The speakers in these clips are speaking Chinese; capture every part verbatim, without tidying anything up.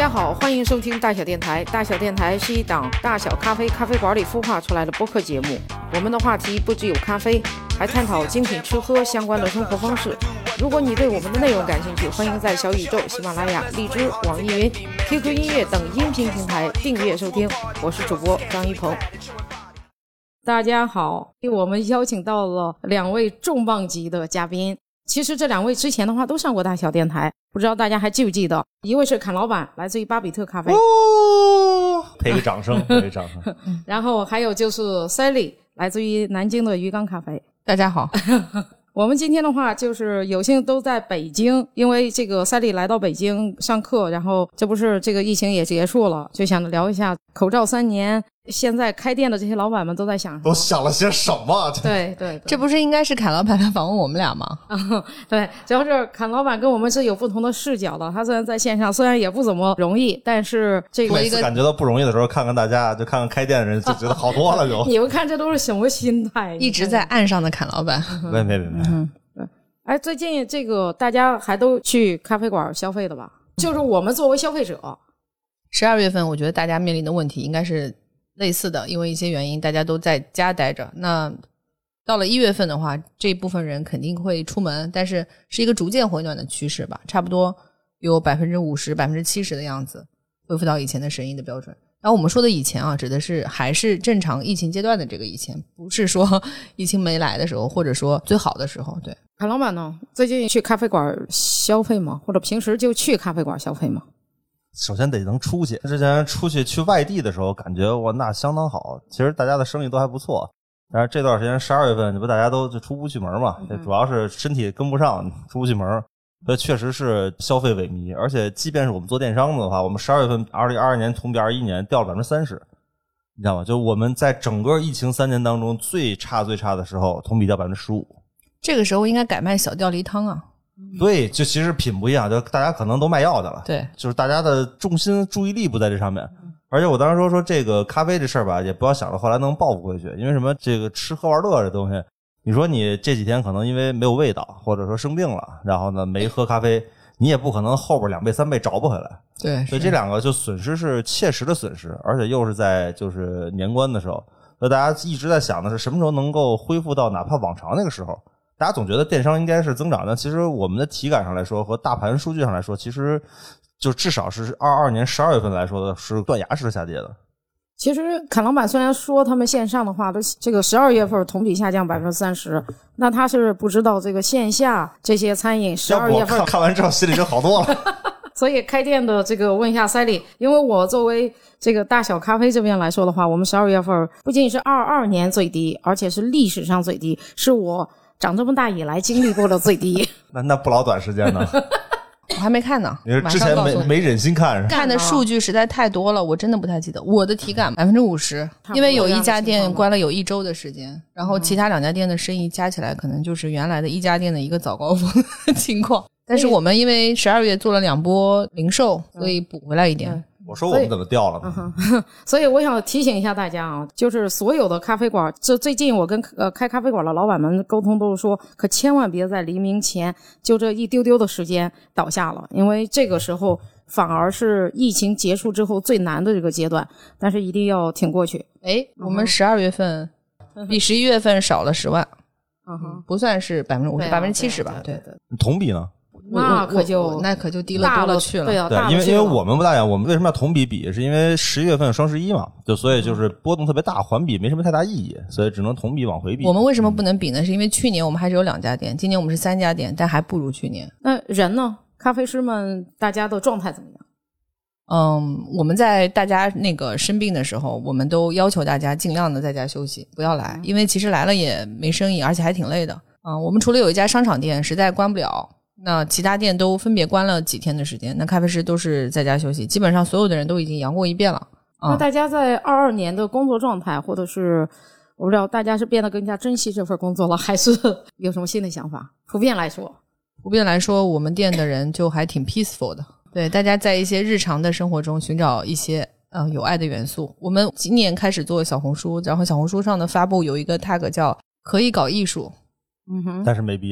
家好，欢迎收听大小电台。大小电台是一档大小咖啡咖啡馆里孵化出来的播客节目。我们的话题不只有咖啡，还探讨精品吃喝相关的生活方式。如果你对我们的内容感兴趣，欢迎在小宇宙、喜马拉雅、荔枝、网易云、Q Q 音乐等音频平台订阅收听。我是主播张一鹏。大家好，我们邀请到了两位重磅级的嘉宾。其实这两位之前的话都上过大小电台，不知道大家还记不记得？一位是侃老板，来自于巴比特咖啡， 哦，配个掌声，配个掌声。 然后还有就是 Sally， 来自于南京的鱼缸咖啡。 大家好。 我们今天的话就是有幸都在北京，因为这个Sally来到北京上课，然后这不是这个疫情也结束了，就想聊一下口罩三年，现在开店的这些老板们都在想什么， 都想了些什么？ 对 对, 对， 这不是应该是侃老板来访问我们俩吗？ 嗯、对，主要是侃老板跟我们是有不同的视角的。他虽然在线上，虽然也不怎么容易，但是这个每次感觉到不容易的时候，看看大家，就看看开店的人，就觉得好多了就。 你们看这都是什么心态？ 一直在岸上的侃老板。 没没没没。 嗯，对。哎，最近这个大家还都去咖啡馆消费的吧？就是我们作为消费者， 十二月份我觉得大家面临的问题应该是类似的，因为一些原因大家都在家待着。那到了一月份的话，这部分人肯定会出门，但是是一个逐渐回暖的趋势吧，差不多有 百分之五十、百分之七十 的样子恢复到以前的生意的标准。然后我们说的以前啊，指的是还是正常疫情阶段的这个以前，不是说疫情没来的时候，或者说最好的时候。对， 侃老板呢，最近去咖啡馆消费吗？或者平时就去咖啡馆消费吗？ 首先得能出去，之前出去去外地的时候，感觉哇那相当好，其实大家的生意都还不错。但是这段时间十二月份，这不大家都就出不去门嘛，这主要是身体跟不上，出不去门。所以确实是消费萎靡，而且即便是我们做电商的话，我们十二月份二零二二年同比二一年掉了 百分之三十， 你知道吗？就我们在整个疫情三年当中最差最差的时候，同比掉 百分之十五。 这个时候应该改卖小吊梨汤啊。 对，就其实品不一样，就大家可能都卖药去了， 对， 就是大家的重心注意力不在这上面。而且我当时说说这个咖啡这事儿吧，也不要想着后来能报复回去，因为什么？这个吃喝玩乐这东西，你说你这几天可能因为没有味道，或者说生病了，然后呢没喝咖啡，你也不可能后边两倍三倍找不回来。 对， 所以这两个就损失是切实的损失，而且又是在就是年关的时候，所以大家一直在想的是什么时候能够恢复到哪怕往常那个时候。大家总觉得电商应该是增长的，其实我们的体感上来说和大盘数据上来说，其实就至少是二二年十二月份来说的是断崖式的下跌的。 其实侃老板虽然说他们线上的话都这个十二月份同比下降 百分之三十， 那他是不知道这个线下这些餐饮十二月份看, 看完之后心里就好多了。 所以开店的这个问一下Sally，因为我作为这个大小咖啡这边来说的话，我们十二月份不仅是二二年最低，而且是历史上最低，是我长这么大以来经历过的最低。 那那不老短时间呢。 我还没看呢， 你是之前没没忍心看， 看的数据实在太多了，我真的不太记得。我的体感 百分之五十， 因为有一家店关了有一周的时间，然后其他两家店的生意加起来可能就是原来的一家店的一个早高峰的情况。但是我们因为十二月做了两波零售，所以补回来一点。 我说我们怎么掉了呢？ 所以, 所以我想提醒一下大家啊，就是所有的咖啡馆，这最近我跟呃开咖啡馆的老板们沟通都是说，可千万别在黎明前就这一丢丢的时间倒下了，因为这个时候反而是疫情结束之后最难的这个阶段，但是一定要挺过去。 诶，我们十二月份比十一月份少了十万， 嗯哼， 不算是 百分之五十， 百分之七十吧。 对对， 同比呢？ 那可就那可就低了多了去了。 对啊， 对，因为因为我们不大讲，我们为什么要同比比，是因为十一月份有双十一嘛，就所以就是波动特别大，环比没什么太大意义，所以只能同比往回比。 我们为什么不能比呢？是因为去年我们还是有两家店，今年我们是三家店，但还不如去年。 那人呢？咖啡师们大家的状态怎么样？ 嗯，我们在大家那个生病的时候，我们都要求大家尽量的在家休息，不要来，因为其实来了也没生意，而且还挺累的。嗯，我们除了有一家商场店实在关不了，那其他店都分别关了几天的时间，那咖啡师都是在家休息，基本上所有的人都已经阳过一遍了。 嗯、那大家在二二年的工作状态，或者是我不知道大家是变得更加珍惜这份工作了，还是有什么新的想法？普遍来说， 普遍来说，我们店的人就还挺 peaceful 的。对，大家在一些日常的生活中寻找一些呃有爱的元素。我们今年开始做小红书，然后小红书上的发布有一个 tag 叫可以搞艺术。 嗯哼， 但是没必要。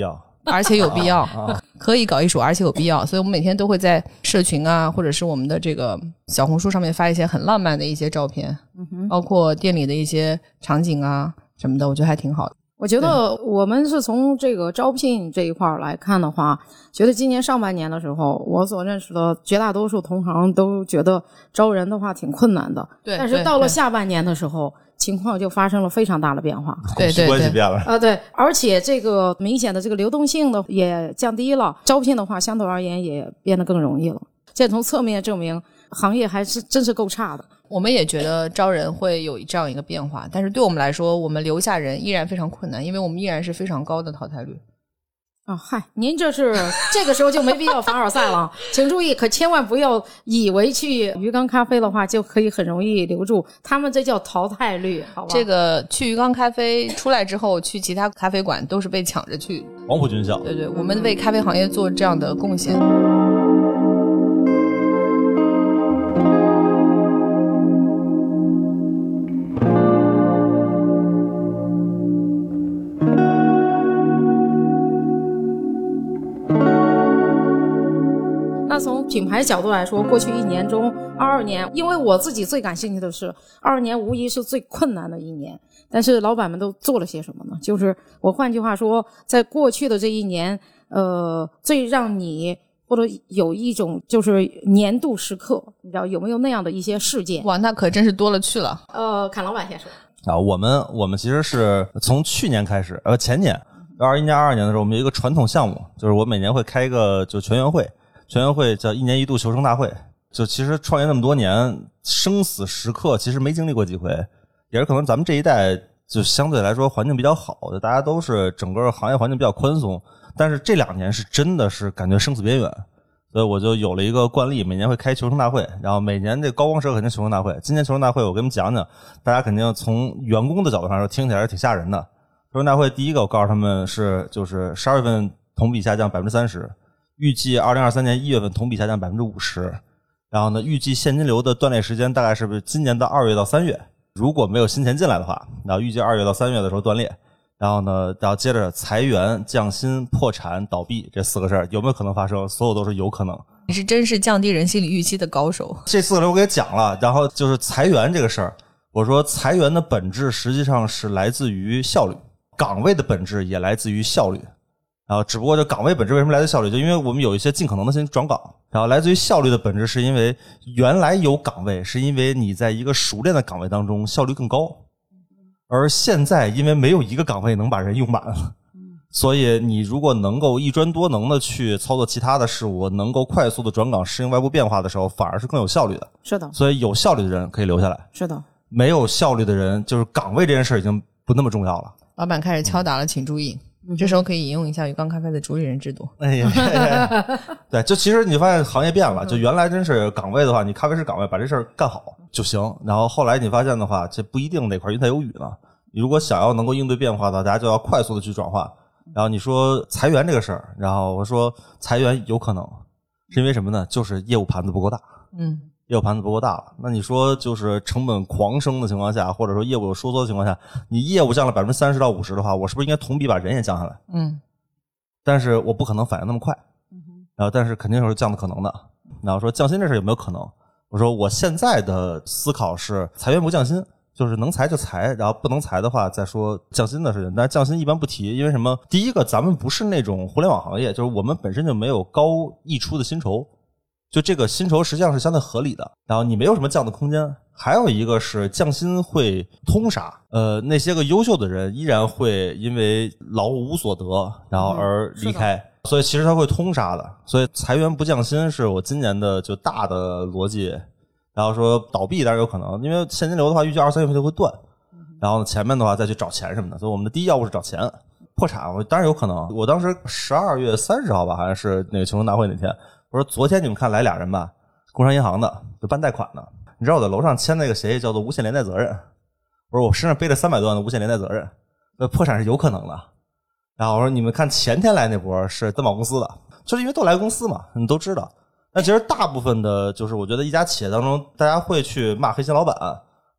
而且有必要，可以搞艺术，而且有必要。所以我们每天都会在社群啊，或者是我们的这个小红书上面发一些很浪漫的一些照片，嗯哼，包括店里的一些场景啊什么的，我觉得还挺好的。 我觉得我们是从这个招聘这一块来看的话，觉得今年上半年的时候，我所认识的绝大多数同行都觉得招人的话挺困难的。 对， 但是到了下半年的时候，情况就发生了非常大的变化。 对对对， 关系变了啊，对，而且这个明显的这个流动性的也降低了，招聘的话相对而言也变得更容易了。这从侧面证明行业还是真是够差的。 我们也觉得招人会有这样一个变化，但是对我们来说，我们留下人依然非常困难，因为我们依然是非常高的淘汰率。 啊，嗨，您这是这个时候就没必要凡尔赛了，请注意，可千万不要以为去鱼缸咖啡的话就可以很容易留住，他们这叫淘汰率，好吧？ 这个去鱼缸咖啡出来之后，去其他咖啡馆都是被抢着去， 黄埔军校。 对对，我们为咖啡行业做这样的贡献。 那从品牌角度来说，过去一年中二二年，因为我自己最感兴趣的是二二年无疑是最困难的一年，但是老板们都做了些什么呢？就是我换句话说，在过去的这一年，呃，最让你或者有一种就是年度时刻，你知道有没有那样的一些事件？ 哇，那可真是多了去了。 呃，侃老板先说。 啊，我们我们其实是从去年开始，呃，前年二一年、二二年的时候，我们有一个传统项目，就是我每年会开一个就全员会。全员会叫一年一度求生大会，就其实创业那么多年，生死时刻其实没经历过几回，也是可能咱们这一代就相对来说环境比较好的，大家都是整个行业环境比较宽松，但是这两年是真的是感觉生死边缘，所以我就有了一个惯例，每年会开求生大会，然后每年这高光时刻肯定求生大会。今年求生大会我给你们讲讲，大家肯定从员工的角度上说听起来是挺吓人的。求生大会第一个我告诉他们是就是十二月份同比下降 百分之三十。预计二零二三年一月份同比下降 百分之五十， 然后呢预计现金流的断裂时间大概是不是今年的二月到三月，如果没有新钱进来的话，然后预计二月到三月的时候断裂，然后呢然后接着裁员、降薪、破产、倒闭这四个事儿有没有可能发生？所有都是有可能。 你是真是降低人心理预期的高手。 这四个人我给讲了，然后就是裁员这个事儿，我说裁员的本质实际上是来自于效率，岗位的本质也来自于效率。然后只不过这岗位本质为什么来自效率，就因为我们有一些尽可能的先转岗，然后来自于效率的本质是因为原来有岗位是因为你在一个熟练的岗位当中效率更高，而现在因为没有一个岗位能把人用满了，所以你如果能够一专多能的去操作其他的事物，能够快速的转岗适应外部变化的时候，反而是更有效率的。 是的， 所以有效率的人可以留下来， 是的，没有效率的人就是岗位这件事已经不那么重要了。 老板开始敲打了请注意，这时候可以引用一下鱼缸咖啡的主理人制度。 哎呀，对，就其实你发现行业变了，就原来真是岗位的话，你咖啡师岗位把这事儿干好就行。然后后来你发现的话，这不一定哪块云彩有雨呢。你如果想要能够应对变化的，大家就要快速的去转化。然后你说裁员这个事儿，然后我说裁员有可能，是因为什么呢？就是业务盘子不够大。嗯。业务盘子不够大了，那你说就是成本狂升的情况下，或者说业务有收缩的情况下，你业务降了 百分之三十 到 百分之五十 的话，我是不是应该同比把人也降下来？嗯，但是我不可能反应那么快，然后但是肯定是降的可能的。然后说降薪这事有没有可能？我说我现在的思考是裁员不降薪，就是能裁就裁，然后不能裁的话再说降薪的事情。但是降薪一般不提，因为什么？第一个，咱们不是那种互联网行业，就是我们本身就没有高溢出的薪酬。就这个薪酬实际上是相对合理的，然后你没有什么降的空间。还有一个是降薪会通杀，呃，那些个优秀的人依然会因为劳无所得，然后而离开，嗯、所以其实他会通杀的。所以裁员不降薪是我今年的就大的逻辑。然后说倒闭当然有可能，因为现金流的话预计二三月份就会断，然后前面的话再去找钱什么的，所以我们的第一要务是找钱。破产我当然有可能，我当时十二月三十号吧，好像是那个求生大会那天。我说昨天你们看来俩人吧，工商银行的就办贷款的，你知道我在楼上签那个谁叫做无限连带责任，我说我身上背了三百多万的无限连带责任，那破产是有可能的。然后我说你们看前天来那波是担保公司的，就是因为都来公司嘛，你都知道。那其实大部分的就是我觉得一家企业当中大家会去骂黑心老板，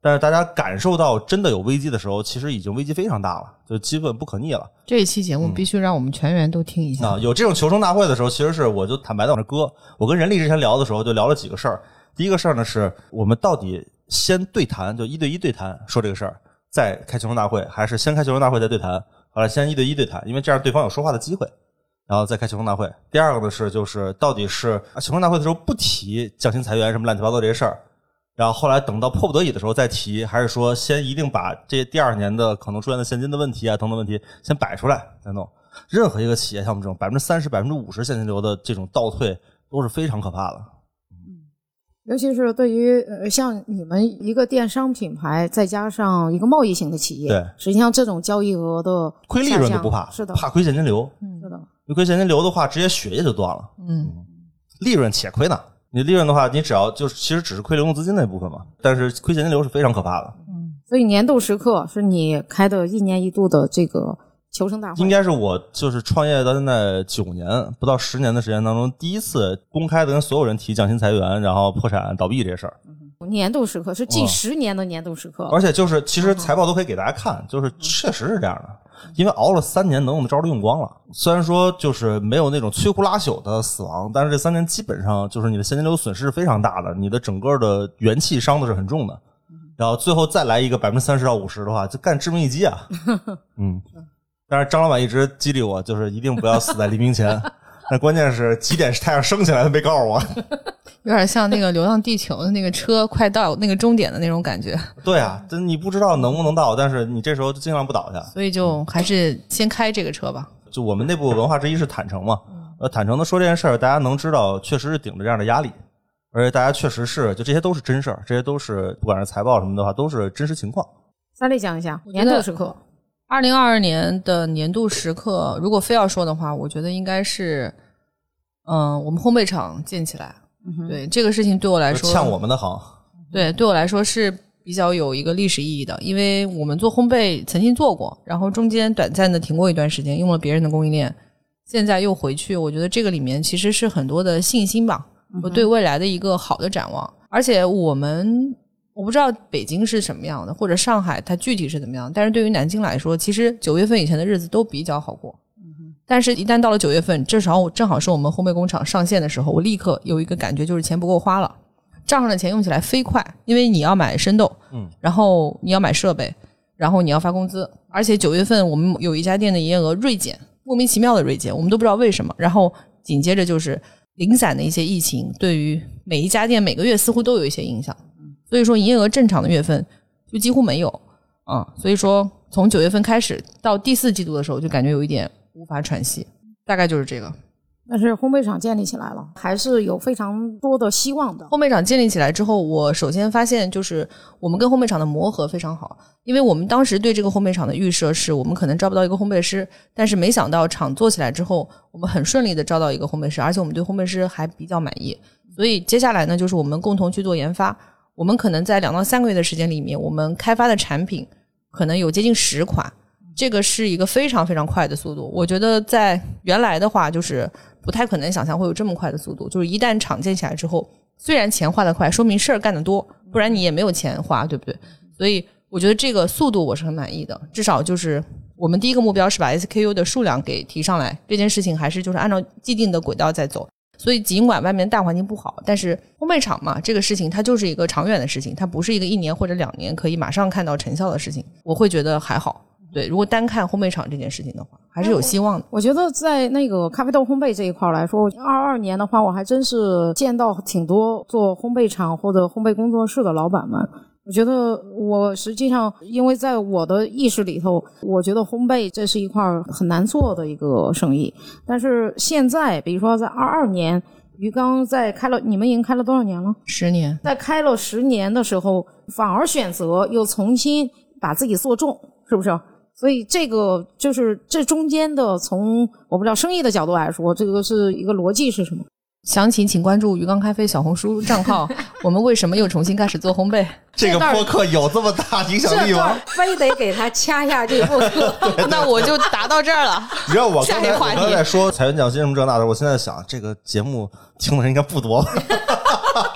但是大家感受到真的有危机的时候，其实已经危机非常大了，就基本不可逆了。 这一期节目必须让我们全员都听一下、 嗯、啊！有这种求生大会的时候，其实是我就坦白的往这搁。我跟人力之前聊的时候，就聊了几个事儿。第一个事儿呢，是我们到底先对谈，就一对一对谈说这个事儿，再开求生大会，还是先开求生大会再对谈？后来先一对一对谈，因为这样对方有说话的机会，然后再开求生大会。第二个呢是，就是到底是求生大会的时候不提降薪裁员什么乱七八糟这些事儿。然后后来等到迫不得已的时候再提，还是说先一定把这第二年的可能出现的现金的问题啊等等问题先摆出来再弄。任何一个企业像我们这种百分之三十、百分之五十现金流的这种倒退都是非常可怕的。 嗯，尤其是对于呃像你们一个电商品牌，再加上一个贸易型的企业， 对， 实际上这种交易额的亏利润都不怕， 是的， 怕亏现金流。 嗯，是的， 你亏现金流的话，直接血液就断了。 嗯， 利润且亏呢。你利润的话，你只要就是其实只是亏流动资金那部分嘛，但是亏现金流是非常可怕的。 嗯，所以年度时刻是你开的一年一度的这个求生大会， 应该是我就是创业到现在九年不到十年的时间当中，第一次公开的跟所有人提降薪裁员，然后破产倒闭这些事儿。 年度时刻是近十年的年度时刻、 哦、而且就是其实财报都可以给大家看，就是确实是这样的。因为熬了三年能用的招都用光了，虽然说就是没有那种摧枯拉朽的死亡，但是这三年基本上就是你的现金流损失是非常大的，你的整个的元气伤的是很重的，然后最后再来一个百分之三十到五十的话，就干致命一击啊。嗯，但是张老板一直激励我，就是一定不要死在黎明前。但关键是几点太阳升起来他没告诉我。 有点像那个流浪地球的那个车快到那个终点的那种感觉。 对啊，真你不知道能不能到，但是你这时候就尽量不倒下。 所以就还是先开这个车吧。 就我们内部文化之一是坦诚嘛，呃，坦诚的说这件事儿，大家能知道确实是顶着这样的压力，而且大家确实是就这些都是真事儿，这些都是不管是财报什么的话都是真实情况。 三丽讲一下年度时刻。 二零二二年的年度时刻，如果非要说的话，我觉得应该是，嗯、呃，我们烘焙厂建起来。嗯、对这个事情对我来说， 像我们的行， 对对我来说是比较有一个历史意义的，因为我们做烘焙曾经做过，然后中间短暂的停过一段时间，用了别人的供应链，现在又回去，我觉得这个里面其实是很多的信心吧，我对未来的一个好的展望。而且我们我不知道北京是什么样的，或者上海它具体是怎么样，但是对于南京来说，其实九月份以前的日子都比较好过。但是一旦到了九月份，至少正好是我们烘焙工厂上线的时候，我立刻有一个感觉，就是钱不够花了，账上的钱用起来飞快，因为你要买生豆，嗯，然后你要买设备，然后你要发工资，而且九月份我们有一家店的营业额锐减，莫名其妙的锐减，我们都不知道为什么，然后紧接着就是零散的一些疫情，对于每一家店每个月似乎都有一些影响，所以说营业额正常的月份就几乎没有啊、嗯，所以说从九月份开始到第四季度的时候，就感觉有一点无法喘息，大概就是这个。 但是烘焙厂建立起来了，还是有非常多的希望的。 烘焙厂建立起来之后，我首先发现就是我们跟烘焙厂的磨合非常好，因为我们当时对这个烘焙厂的预设是我们可能招不到一个烘焙师，但是没想到厂做起来之后，我们很顺利的招到一个烘焙师，而且我们对烘焙师还比较满意。所以接下来呢，就是我们共同去做研发，我们可能在两到三个月的时间里面，我们开发的产品可能有接近十款，这个是一个非常非常快的速度。我觉得在原来的话就是不太可能想象会有这么快的速度，就是一旦厂建起来之后，虽然钱花得快，说明事儿干得多，不然你也没有钱花，对不对？所以我觉得这个速度我是很满意的，至少就是我们第一个目标是把 S K U 的数量给提上来，这件事情还是就是按照既定的轨道在走。所以尽管外面大环境不好，但是烘焙厂嘛，这个事情它就是一个长远的事情，它不是一个一年或者两年可以马上看到成效的事情，我会觉得还好。对，如果单看烘焙厂这件事情的话，还是有希望的。 我觉得在那个咖啡豆烘焙这一块来说，二二年的话，我还真是见到挺多做烘焙厂或者烘焙工作室的老板们。我觉得我实际上，因为在我的意识里头，我觉得烘焙这是一块很难做的一个生意。但是现在，比如说在二二年，鱼缸在开了，你们已经开了多少年了？ 十年。 在开了十年的时候，反而选择又重新把自己做重，是不是？所以这个就是这中间的，从我不知道生意的角度来说，这个是一个逻辑是什么？ 详情请关注鱼缸咖啡小红书账号。我们为什么又重新开始做烘焙？ 这个播客有这么大影响力吗？ 非得给他掐下这个播客。 那我就答到这儿了。 你知道我刚才我刚才说裁员降薪什么这那的，我现在想这个节目听的人应该不多。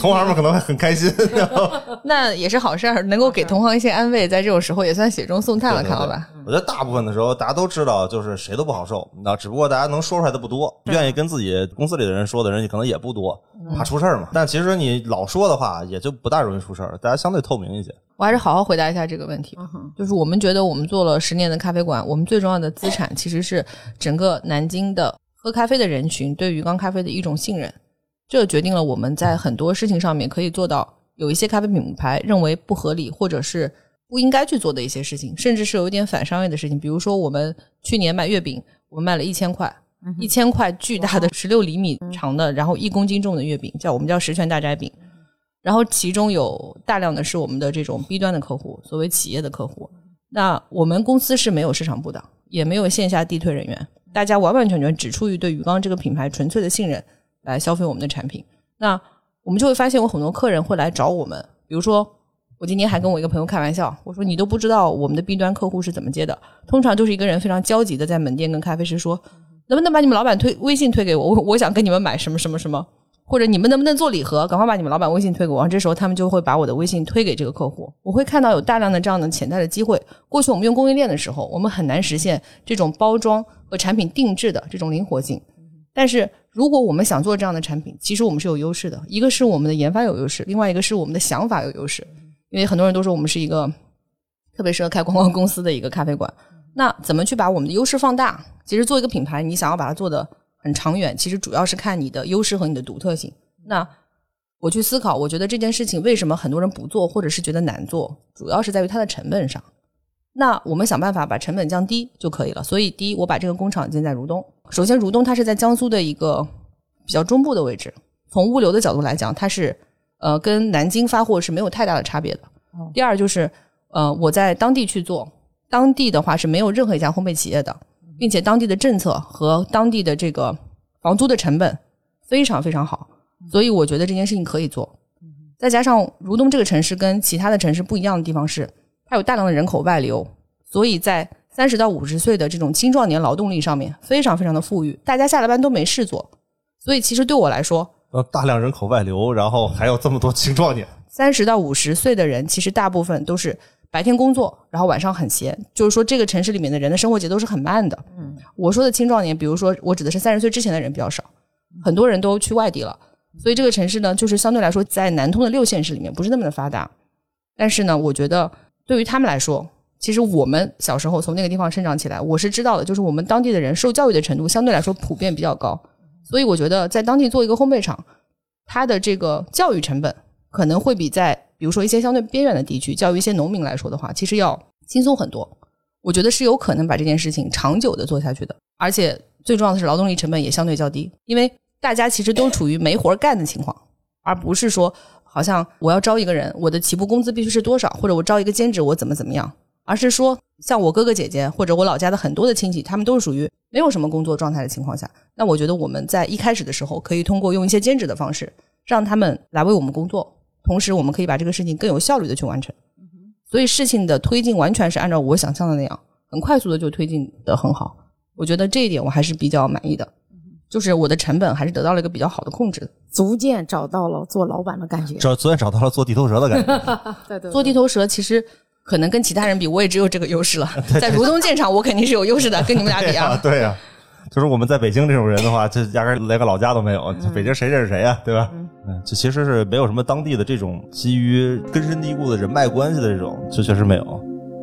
同行们可能会很开心。 那也是好事儿，能够给同行一些安慰，在这种时候也算雪中送炭了，看老板。 我觉得大部分的时候大家都知道，就是谁都不好受，那只不过大家能说出来的不多，愿意跟自己公司里的人说的人可能也不多，怕出事儿嘛。但其实你老说的话，也就不大容易出事儿，大家相对透明一些。 我还是好好回答一下这个问题，就是我们觉得我们做了十年的咖啡馆，我们最重要的资产其实是整个南京的喝咖啡的人群对鱼缸咖啡的一种信任，这决定了我们在很多事情上面可以做到有一些咖啡品牌认为不合理或者是不应该去做的一些事情，甚至是有一点反商业的事情。比如说我们去年卖月饼，我们卖了一千块，一千块巨大的十六厘米长的，然后一公斤重的月饼，叫我们叫十全大斋饼。然后其中有大量的是我们的这种 B 端的客户，所谓企业的客户。那我们公司是没有市场部的，也没有线下地推人员，大家完完全全只出于对鱼缸这个品牌纯粹的信任来消费我们的产品。那我们就会发现有很多客人会来找我们，比如说我今天还跟我一个朋友开玩笑，我说你都不知道我们的 B 端客户是怎么接的，通常就是一个人非常焦急的在门店跟咖啡师说，能不能把你们老板推微信推给我，我我想跟你们买什么什么什么，或者你们能不能做礼盒，赶快把你们老板微信推给我。这时候他们就会把我的微信推给这个客户。我会看到有大量的这样的潜在的机会。过去我们用供应链的时候，我们很难实现这种包装和产品定制的这种灵活性，但是如果我们想做这样的产品，其实我们是有优势的，一个是我们的研发有优势，另外一个是我们的想法有优势。因为很多人都说我们是一个特别适合开观光公司的一个咖啡馆，那怎么去把我们的优势放大？其实做一个品牌，你想要把它做得很长远，其实主要是看你的优势和你的独特性。那我去思考，我觉得这件事情为什么很多人不做，或者是觉得难做，主要是在于它的成本上。那我们想办法把成本降低就可以了。所以第一，我把这个工厂建在如东。首先如东它是在江苏的一个比较中部的位置，从物流的角度来讲，它是呃跟南京发货是没有太大的差别的。第二就是呃我在当地去做，当地的话是没有任何一家烘焙企业的，并且当地的政策和当地的这个房租的成本非常非常好，所以我觉得这件事情可以做。再加上如东这个城市跟其他的城市不一样的地方是，它有大量的人口外流，所以在三十到五十岁的这种青壮年劳动力上面非常非常的富裕，大家下了班都没事做。所以其实对我来说， 呃，大量人口外流，然后还有这么多青壮年， 三十到五十岁的人其实大部分都是白天工作，然后晚上很闲，就是说这个城市里面的人的生活节奏是很慢的。嗯，我说的青壮年，比如说我指的是三十岁之前的人比较少，很多人都去外地了，所以这个城市呢，就是相对来说在南通的六县市里面不是那么的发达。但是呢，我觉得对于他们来说，其实我们小时候从那个地方生长起来，我是知道的，就是我们当地的人受教育的程度相对来说普遍比较高，所以我觉得在当地做一个烘焙厂，它的这个教育成本可能会比在比如说一些相对边远的地区教育一些农民来说的话，其实要轻松很多。我觉得是有可能把这件事情长久的做下去的，而且最重要的是劳动力成本也相对较低，因为大家其实都处于没活干的情况，而不是说好像我要招一个人，我的起步工资必须是多少，或者我招一个兼职我怎么怎么样，而是说像我哥哥姐姐或者我老家的很多的亲戚，他们都是属于没有什么工作状态的情况下，那我觉得我们在一开始的时候可以通过用一些兼职的方式让他们来为我们工作，同时我们可以把这个事情更有效率的去完成。所以事情的推进完全是按照我想象的那样，很快速的就推进的很好，我觉得这一点我还是比较满意的，就是我的成本还是得到了一个比较好的控制的， 逐渐找到了做老板的感觉， 这昨天找到了做地头蛇的感觉。 对对， 做地头蛇其实可能跟其他人比，我也只有这个优势了。在如东建厂，我肯定是有优势的，跟你们俩比啊。 对呀、啊，就是我们在北京这种人的话，这压根连个老家都没有，嗯、北京谁认识谁呀、啊，对吧？嗯，这其实是没有什么当地的这种基于根深蒂固的人脉关系的这种，这确实没有。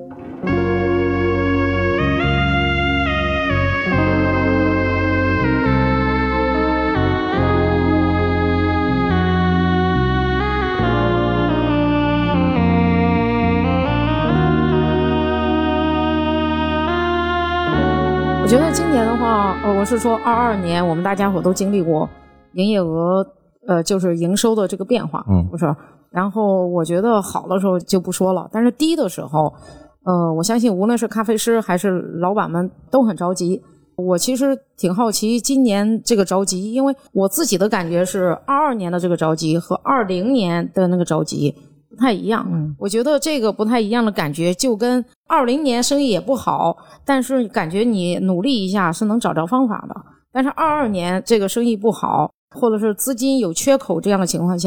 我觉得今年的话，呃，我是说二二年，我们大家伙都经历过营业额，呃，就是营收的这个变化， 嗯， 不是。然后我觉得好的时候就不说了，但是低的时候，呃，我相信无论是咖啡师还是老板们都很着急。我其实挺好奇今年这个着急，因为我自己的感觉是二二年的这个着急和二零年的那个着急不太一样，嗯，我觉得这个不太一样的感觉就跟二零年生意也不好，但是感觉你努力一下是能找着方法的，但是二二年这个生意不好或者是资金有缺口这样的情况下，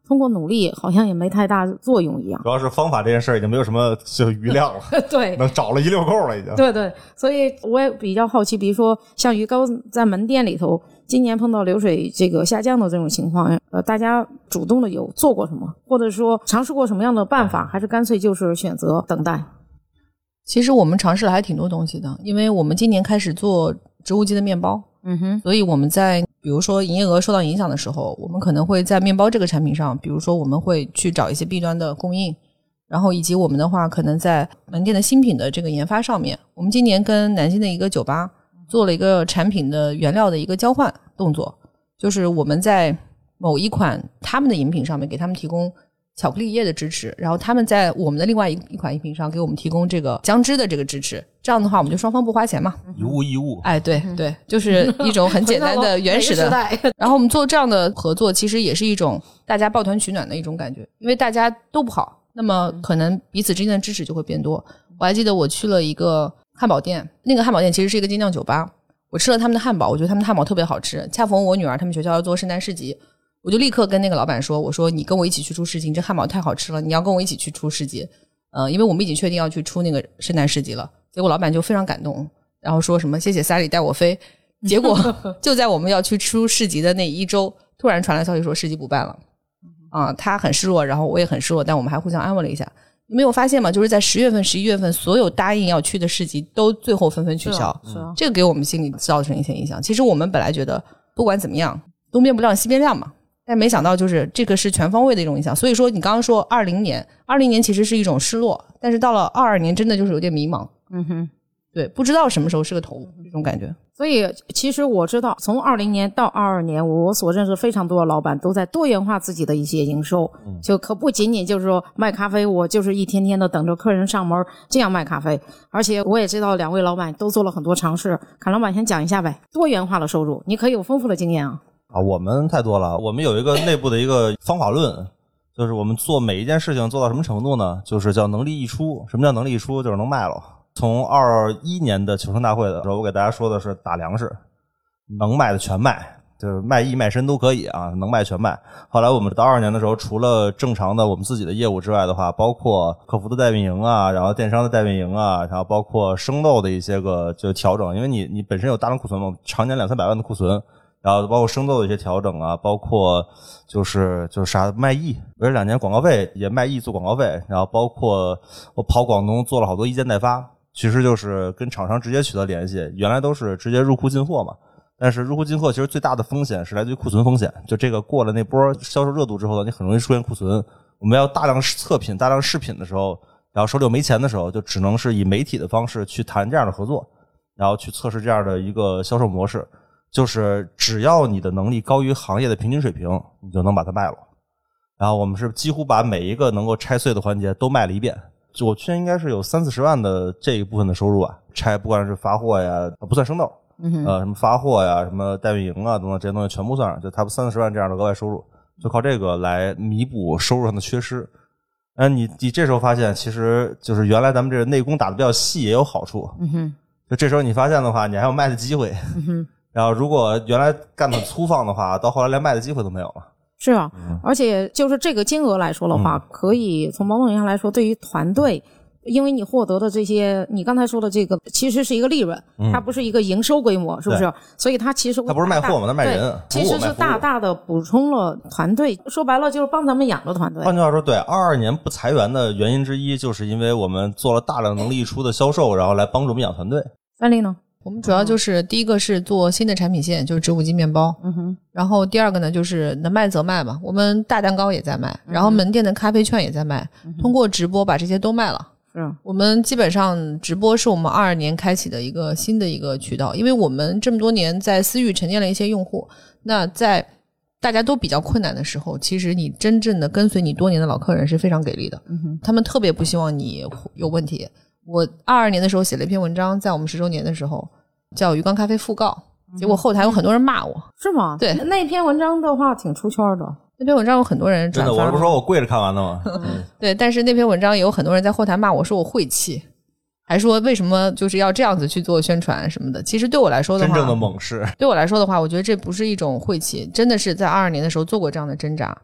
通过努力好像也没太大作用一样。 主要是方法这件事儿已经没有什么就余量了， 对， 能找了一溜够了已经。 对对，所以我也比较好奇，比如说像鱼糕在门店里头，今年碰到流水这个下降的这种情况，呃，大家主动的有做过什么，或者说尝试过什么样的办法，还是干脆就是选择等待？ 其实我们尝试了还挺多东西的，因为我们今年开始做植物基的面包， 嗯哼， 所以我们在比如说营业额受到影响的时候，我们可能会在面包这个产品上，比如说我们会去找一些 B 端的供应，然后以及我们的话可能在门店的新品的这个研发上面，我们今年跟南京的一个酒吧做了一个产品的原料的一个交换动作，就是我们在某一款他们的饮品上面给他们提供巧克力液的支持，然后他们在我们的另外一一款饮品上给我们提供这个姜汁的这个支持，这样的话我们就双方不花钱嘛， 一物一物。 哎，对对，就是一种很简单的原始的然后我们做这样的合作其实也是一种大家抱团取暖的一种感觉，因为大家都不好，那么可能彼此之间的支持就会变多。我还记得我去了一个汉堡店，那个汉堡店其实是一个精酿酒吧，我吃了他们的汉堡，我觉得他们的汉堡特别好吃，恰逢我女儿他们学校要做圣诞市集，我就立刻跟那个老板说，我说你跟我一起去出市集，你这汉堡太好吃了，你要跟我一起去出市集，呃，因为我们已经确定要去出那个圣诞市集了。结果老板就非常感动，然后说什么谢谢Sally带我飞，结果就在我们要去出市集的那一周，突然传来消息说市集不办了，啊、呃，他很失落，然后我也很失落，但我们还互相安慰了一下。你没有发现吗？就是在十月份、十一月份，所有答应要去的市集都最后纷纷取消， 是啊是啊， 这个给我们心里造成一些影响。其实我们本来觉得不管怎么样，东边不亮西边亮嘛。但没想到就是这个是全方位的一种影响，所以说你刚刚说二零年二零年其实是一种失落，但是到了二二年真的就是有点迷茫， 嗯哼， 对，不知道什么时候是个头这种感觉。 所以其实我知道从二零年到二二年，我所认识非常多的老板都在多元化自己的一些营收， 嗯、 就可不仅仅就是说卖咖啡，我就是一天天的等着客人上门这样卖咖啡，而且我也知道两位老板都做了很多尝试。侃老板先讲一下呗，多元化的收入，你可以有丰富的经验啊。 啊，我们太多了。我们有一个内部的一个方法论，就是我们做每一件事情做到什么程度呢？就是叫能力溢出。什么叫能力溢出？就是能卖了。从二一年的求生大会的时候，我给大家说的是打粮食，能卖的全卖，就是卖艺卖身都可以啊，能卖全卖。后来我们到二二年的时候，除了正常的我们自己的业务之外的话，包括客服的代运营啊，然后电商的代运营啊，然后包括生豆的一些个就调整，因为你你本身有大量库存嘛，常年两三百万的库存。然后包括生豆的一些调整啊，包括就是就是啥卖艺，我这两年广告费也卖艺做广告费，然后包括我跑广东做了好多一件代发，其实就是跟厂商直接取得联系，原来都是直接入库进货嘛，但是入库进货其实最大的风险是来自于库存风险，就这个过了那波销售热度之后呢，你很容易出现库存，我们要大量测品大量试品的时候，然后手里又没钱的时候，就只能是以媒体的方式去谈这样的合作，然后去测试这样的一个销售模式，就是只要你的能力高于行业的平均水平，你就能把它卖了。然后我们是几乎把每一个能够拆碎的环节都卖了一遍，就我去年应该是有三四十万的这一部分的收入啊，拆不管是发货呀，不算生豆， 嗯呃，什么发货呀，什么代运营啊等等这些东西全部算上，就差不多三四十万这样的额外收入，就靠这个来弥补收入上的缺失。嗯，你你这时候发现，其实就是原来咱们这个内功打得比较细也有好处。 嗯哼， 就这时候你发现的话，你还有卖的机会。 嗯哼。 然后如果原来干得很粗放的话，到后来连卖的机会都没有了。 是啊，而且就是这个金额来说的话，嗯、可以从某种意义上来说，对于团队，因为你获得的这些，你刚才说的这个，其实是一个利润，嗯、它不是一个营收规模，是不是？所以它其实它不是卖货嘛，它卖人。 其实是大大的补充了团队，说白了就是帮咱们养着团队。 换句话说，对，二二年不裁员的原因之一，就是因为我们做了大量能力溢出的销售，然后来帮助我们养团队。 三丽呢？ 我们主要就是第一个是做新的产品线，就是植物基面包， 嗯哼， 然后第二个呢就是能卖则卖嘛，我们大蛋糕也在卖，然后门店的咖啡券也在卖，嗯、通过直播把这些都卖了。 是， 我们基本上直播是我们二二年开启的一个新的一个渠道，因为我们这么多年在私域沉淀了一些用户，那在大家都比较困难的时候，其实你真正的跟随你多年的老客人是非常给力的， 嗯哼， 他们特别不希望你有问题。我二二年的时候写了一篇文章，在我们十周年的时候叫鱼缸咖啡讣告，结果后台有很多人骂我。 是吗？ 对， 那篇文章的话挺出圈的。 那篇文章有很多人转发。 真的，我不是说我跪着看完的吗？ 嗯、对，但是那篇文章也有很多人在后台骂我说我晦气，还说为什么就是要这样子去做宣传什么的。其实对我来说的话， 真正的猛士。 对我来说的话，我觉得这不是一种晦气，真的是在二二年的时候做过这样的挣扎。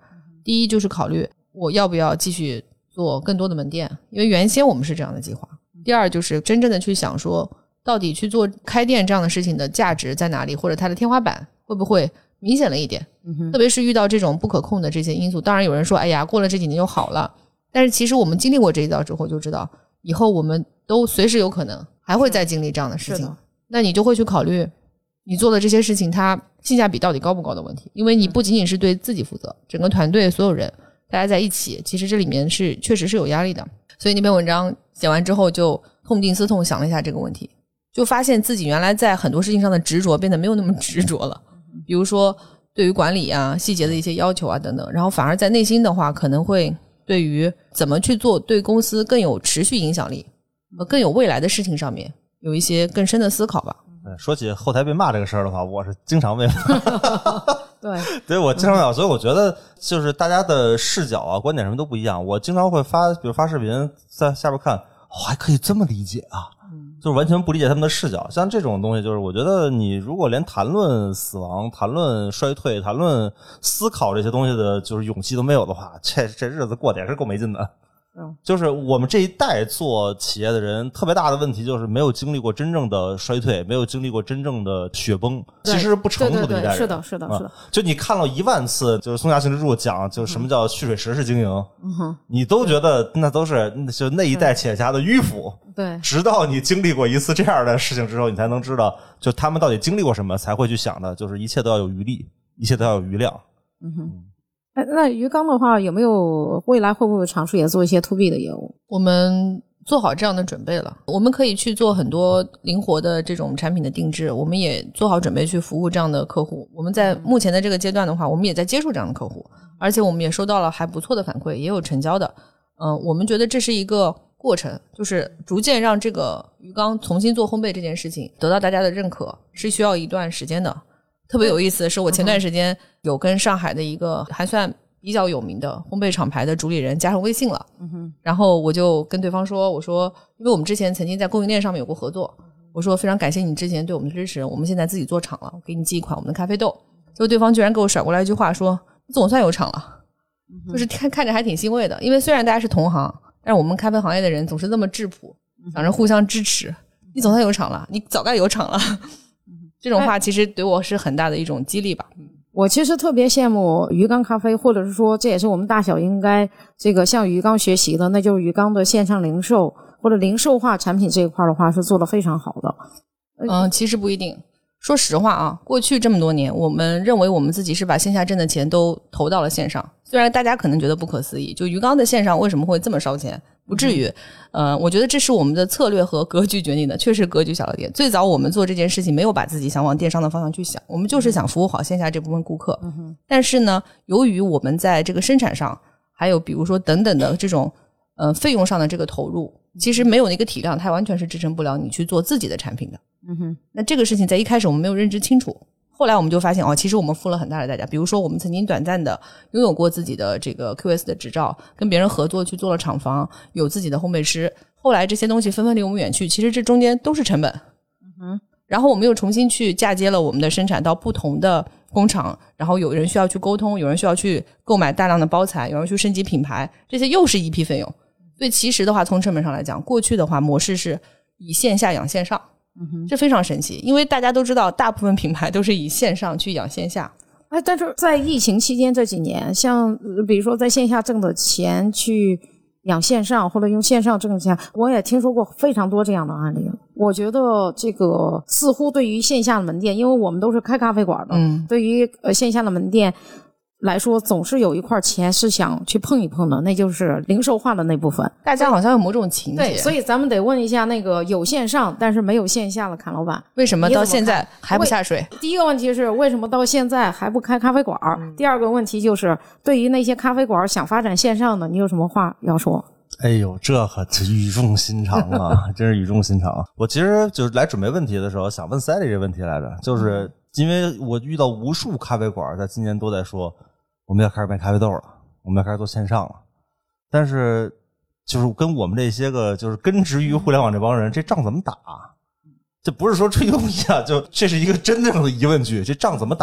第一就是考虑我要不要继续做更多的门店，因为原先我们是这样的计划。第二就是真正的去想说到底去做开店这样的事情的价值在哪里，或者它的天花板会不会明显了一点、嗯、特别是遇到这种不可控的这些因素。当然有人说哎呀过了这几年就好了，但是其实我们经历过这一遭之后就知道以后我们都随时有可能还会再经历这样的事情，那你就会去考虑你做的这些事情它性价比到底高不高的问题。因为你不仅仅是对自己负责，整个团队所有人大家在一起，其实这里面是确实是有压力的。所以那篇文章写完之后就痛定思痛想了一下这个问题，就发现自己原来在很多事情上的执着变得没有那么执着了，比如说对于管理啊细节的一些要求啊等等，然后反而在内心的话可能会对于怎么去做对公司更有持续影响力和更有未来的事情上面有一些更深的思考吧。 说起后台被骂这个事儿的话，我是经常被骂对对，我经常被骂，所以我觉得就是大家的视角啊观点什么都不一样。我经常会发比如发视频在下边看、哦、还可以这么理解啊，就是完全不理解他们的视角。像这种东西就是我觉得你如果连谈论死亡谈论衰退谈论思考这些东西的就是勇气都没有的话，这这日子过得也是够没劲的。就是我们这一代做企业的人特别大的问题就是没有经历过真正的衰退，没有经历过真正的雪崩，其实是不成熟的一代人。 对对对，是的是的是的、啊、 就你看了一万次就是松下幸之助讲就什么叫蓄水池式经营、嗯、你都觉得那都是就那一代企业家的迂腐。 对，直到你经历过一次这样的事情之后你才能知道就他们到底经历过什么，才会去想的就是一切都要有余力，一切都要有余量。 嗯哼。那鱼缸的话有没有未来会不会尝试也做一些 to B 的业务？ 我们做好这样的准备了，我们可以去做很多灵活的这种产品的定制，我们也做好准备去服务这样的客户。我们在目前的这个阶段的话我们也在接触这样的客户，而且我们也收到了还不错的反馈，也有成交的。嗯、呃，我们觉得这是一个过程，就是逐渐让这个鱼缸重新做烘焙这件事情得到大家的认可是需要一段时间的。特别有意思的是我前段时间有跟上海的一个还算比较有名的烘焙厂牌的主理人加上微信了、嗯、哼然后我就跟对方说，我说因为我们之前曾经在供应链上面有过合作，我说非常感谢你之前对我们的支持，我们现在自己做厂了，我给你寄一款我们的咖啡豆。结果对方居然给我甩过来一句话说你总算有厂了、嗯、就是看看着还挺欣慰的。因为虽然大家是同行，但是我们咖啡行业的人总是这么质朴，想着互相支持，你总算有厂了，你早该有厂了这种话其实对我是很大的一种激励吧。 我其实特别羡慕鱼缸咖啡，或者是说这也是我们大小应该这个向鱼缸学习的，那就是鱼缸的线上零售或者零售化产品这一块的话是做得非常好的。 嗯，其实不一定。说实话啊，过去这么多年我们认为我们自己是把线下挣的钱都投到了线上，虽然大家可能觉得不可思议，就鱼缸的线上为什么会这么烧钱，不至于、嗯、呃，我觉得这是我们的策略和格局决定的，确实格局小了点。最早我们做这件事情没有把自己想往电商的方向去想，我们就是想服务好线下这部分顾客、嗯、但是呢由于我们在这个生产上还有比如说等等的这种呃费用上的这个投入，其实没有那个体量，它完全是支撑不了你去做自己的产品的。嗯哼，那这个事情在一开始我们没有认知清楚，后来我们就发现哦，其实我们付了很大的代价。比如说我们曾经短暂的拥有过自己的这个 Q S 的执照，跟别人合作去做了厂房，有自己的烘焙师，后来这些东西纷纷离我们远去，其实这中间都是成本。嗯哼，然后我们又重新去嫁接了我们的生产到不同的工厂，然后有人需要去沟通，有人需要去购买大量的包材，有人去升级品牌，这些又是一批费用。所以其实的话从成本上来讲，过去的话模式是以线下养线上，嗯哼，这非常神奇，因为大家都知道大部分品牌都是以线上去养线下。 哎，但是在疫情期间这几年，像比如说在线下挣的钱去养线上，或者用线上挣的钱，我也听说过非常多这样的案例。我觉得这个似乎对于线下的门店，因为我们都是开咖啡馆的，嗯，对于呃线下的门店来说总是有一块钱是想去碰一碰的，那就是零售化的那部分。 大家好像有某种情节。 对，所以咱们得问一下那个有线上但是没有线下的侃老板， 为什么到现在还不下水？ 第一个问题是为什么到现在还不开咖啡馆、嗯、第二个问题就是对于那些咖啡馆想发展线上的，你有什么话要说？ 哎呦，这可语重心长啊真是语重心长。我其实就是来准备问题的时候想问 Sally 这个问题来着，就是因为我遇到无数咖啡馆在今年都在说我们要开始卖咖啡豆了，我们要开始做线上了，但是就是跟我们这些个就是根植于互联网这帮人，这仗怎么打？这不是说吹牛逼啊，就这是一个真正的疑问句，这仗怎么打？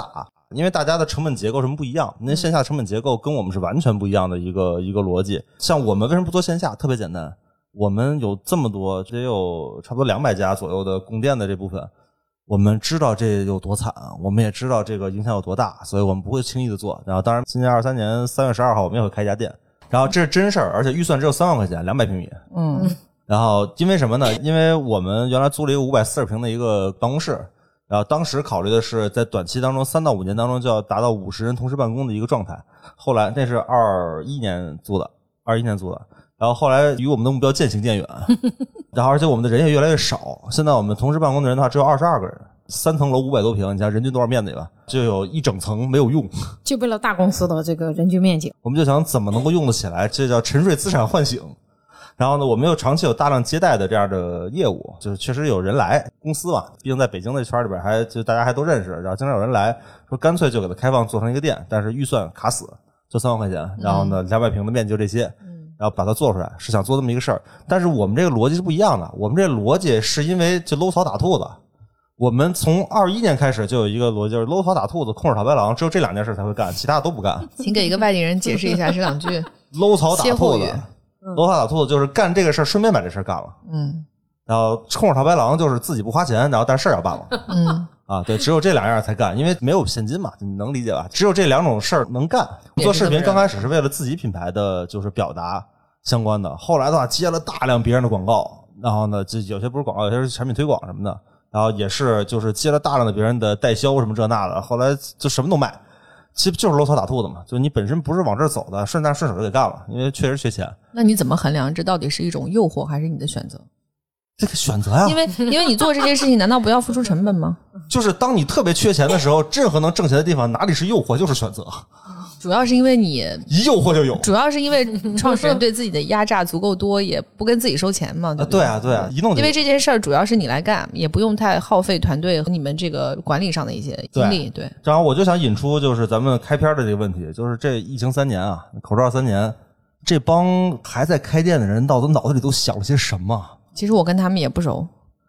因为大家的成本结构什么不一样，您线下成本结构跟我们是完全不一样的一个一个逻辑。像我们为什么不做线下？特别简单，我们有这么多，这也有差不多两百家左右的供电的这部分，我们知道这有多惨，我们也知道这个影响有多大，所以我们不会轻易的做。然后当然今年二三年三月十二号我们也会开一家店，然后这是真事儿，而且预算只有三万块钱，两百平米。 嗯， 然后因为什么呢？因为我们原来租了一个五百四十平的一个办公室，然后当时考虑的是在短期当中三到五年当中就要达到五十人同时办公的一个状态。后来那是二一年租的，二一年租的。然后后来与我们的目标渐行渐远，然后而且我们的人也越来越少。现在我们同时办公的人的话只有二十二个人，三层楼五百多平，你想人均多少面积吧？就有一整层没有用， 就为了大公司的这个人均面积。 我们就想怎么能够用得起来，这叫沉睡资产唤醒。然后呢，我们又长期有大量接待的这样的业务，就是确实有人来公司嘛，毕竟在北京那圈里边还就大家还都认识，然后经常有人来说干脆就给它开放做成一个店，但是预算卡死，就三万块钱，然后呢两百平的面积就这些。然后把它做出来，是想做这么一个事儿，但是我们这个逻辑是不一样的。我们这个逻辑是因为就搂草打兔子，我们从二一年开始就有一个逻辑，就是搂草打兔子、空手套白狼，只有这两件事才会干，其他都不干。 请给一个外地人解释一下这两句。 搂草打兔子，搂草打兔子就是干这个事儿，顺便把这事儿干了。 嗯。 然后空手套白狼就是自己不花钱，然后但事儿要办了。 嗯。 啊，对，只有这两样才干，因为没有现金嘛，你能理解吧？只有这两种事儿能干。做视频刚开始是为了自己品牌的就是表达。相关的，后来的话接了大量别人的广告，然后呢，这有些不是广告，有些是产品推广什么的，然后也是就是接了大量的别人的代销什么这那的，后来就什么都卖，其实就是搂草打兔子嘛，就你本身不是往这儿走的，顺带顺手就给干了，因为确实缺钱。 那你怎么衡量这到底是一种诱惑还是你的选择？ 这个选择呀，因为因为你做这件事情，难道不要付出成本吗？ 就是当你特别缺钱的时候，任何能挣钱的地方，哪里是诱惑就是选择。 主要是因为你一诱惑就有， 主要是因为创始人对自己的压榨足够多，也不跟自己收钱嘛。对不对？ 对啊，对啊，一弄就有。 因为这件事儿主要是你来干，也不用太耗费团队和你们这个管理上的一些精力。对。对然后我就想引出就是咱们开篇的这个问题，就是这疫情三年啊，口罩三年，这帮还在开店的人到底脑子里都想了些什么？ 其实我跟他们也不熟。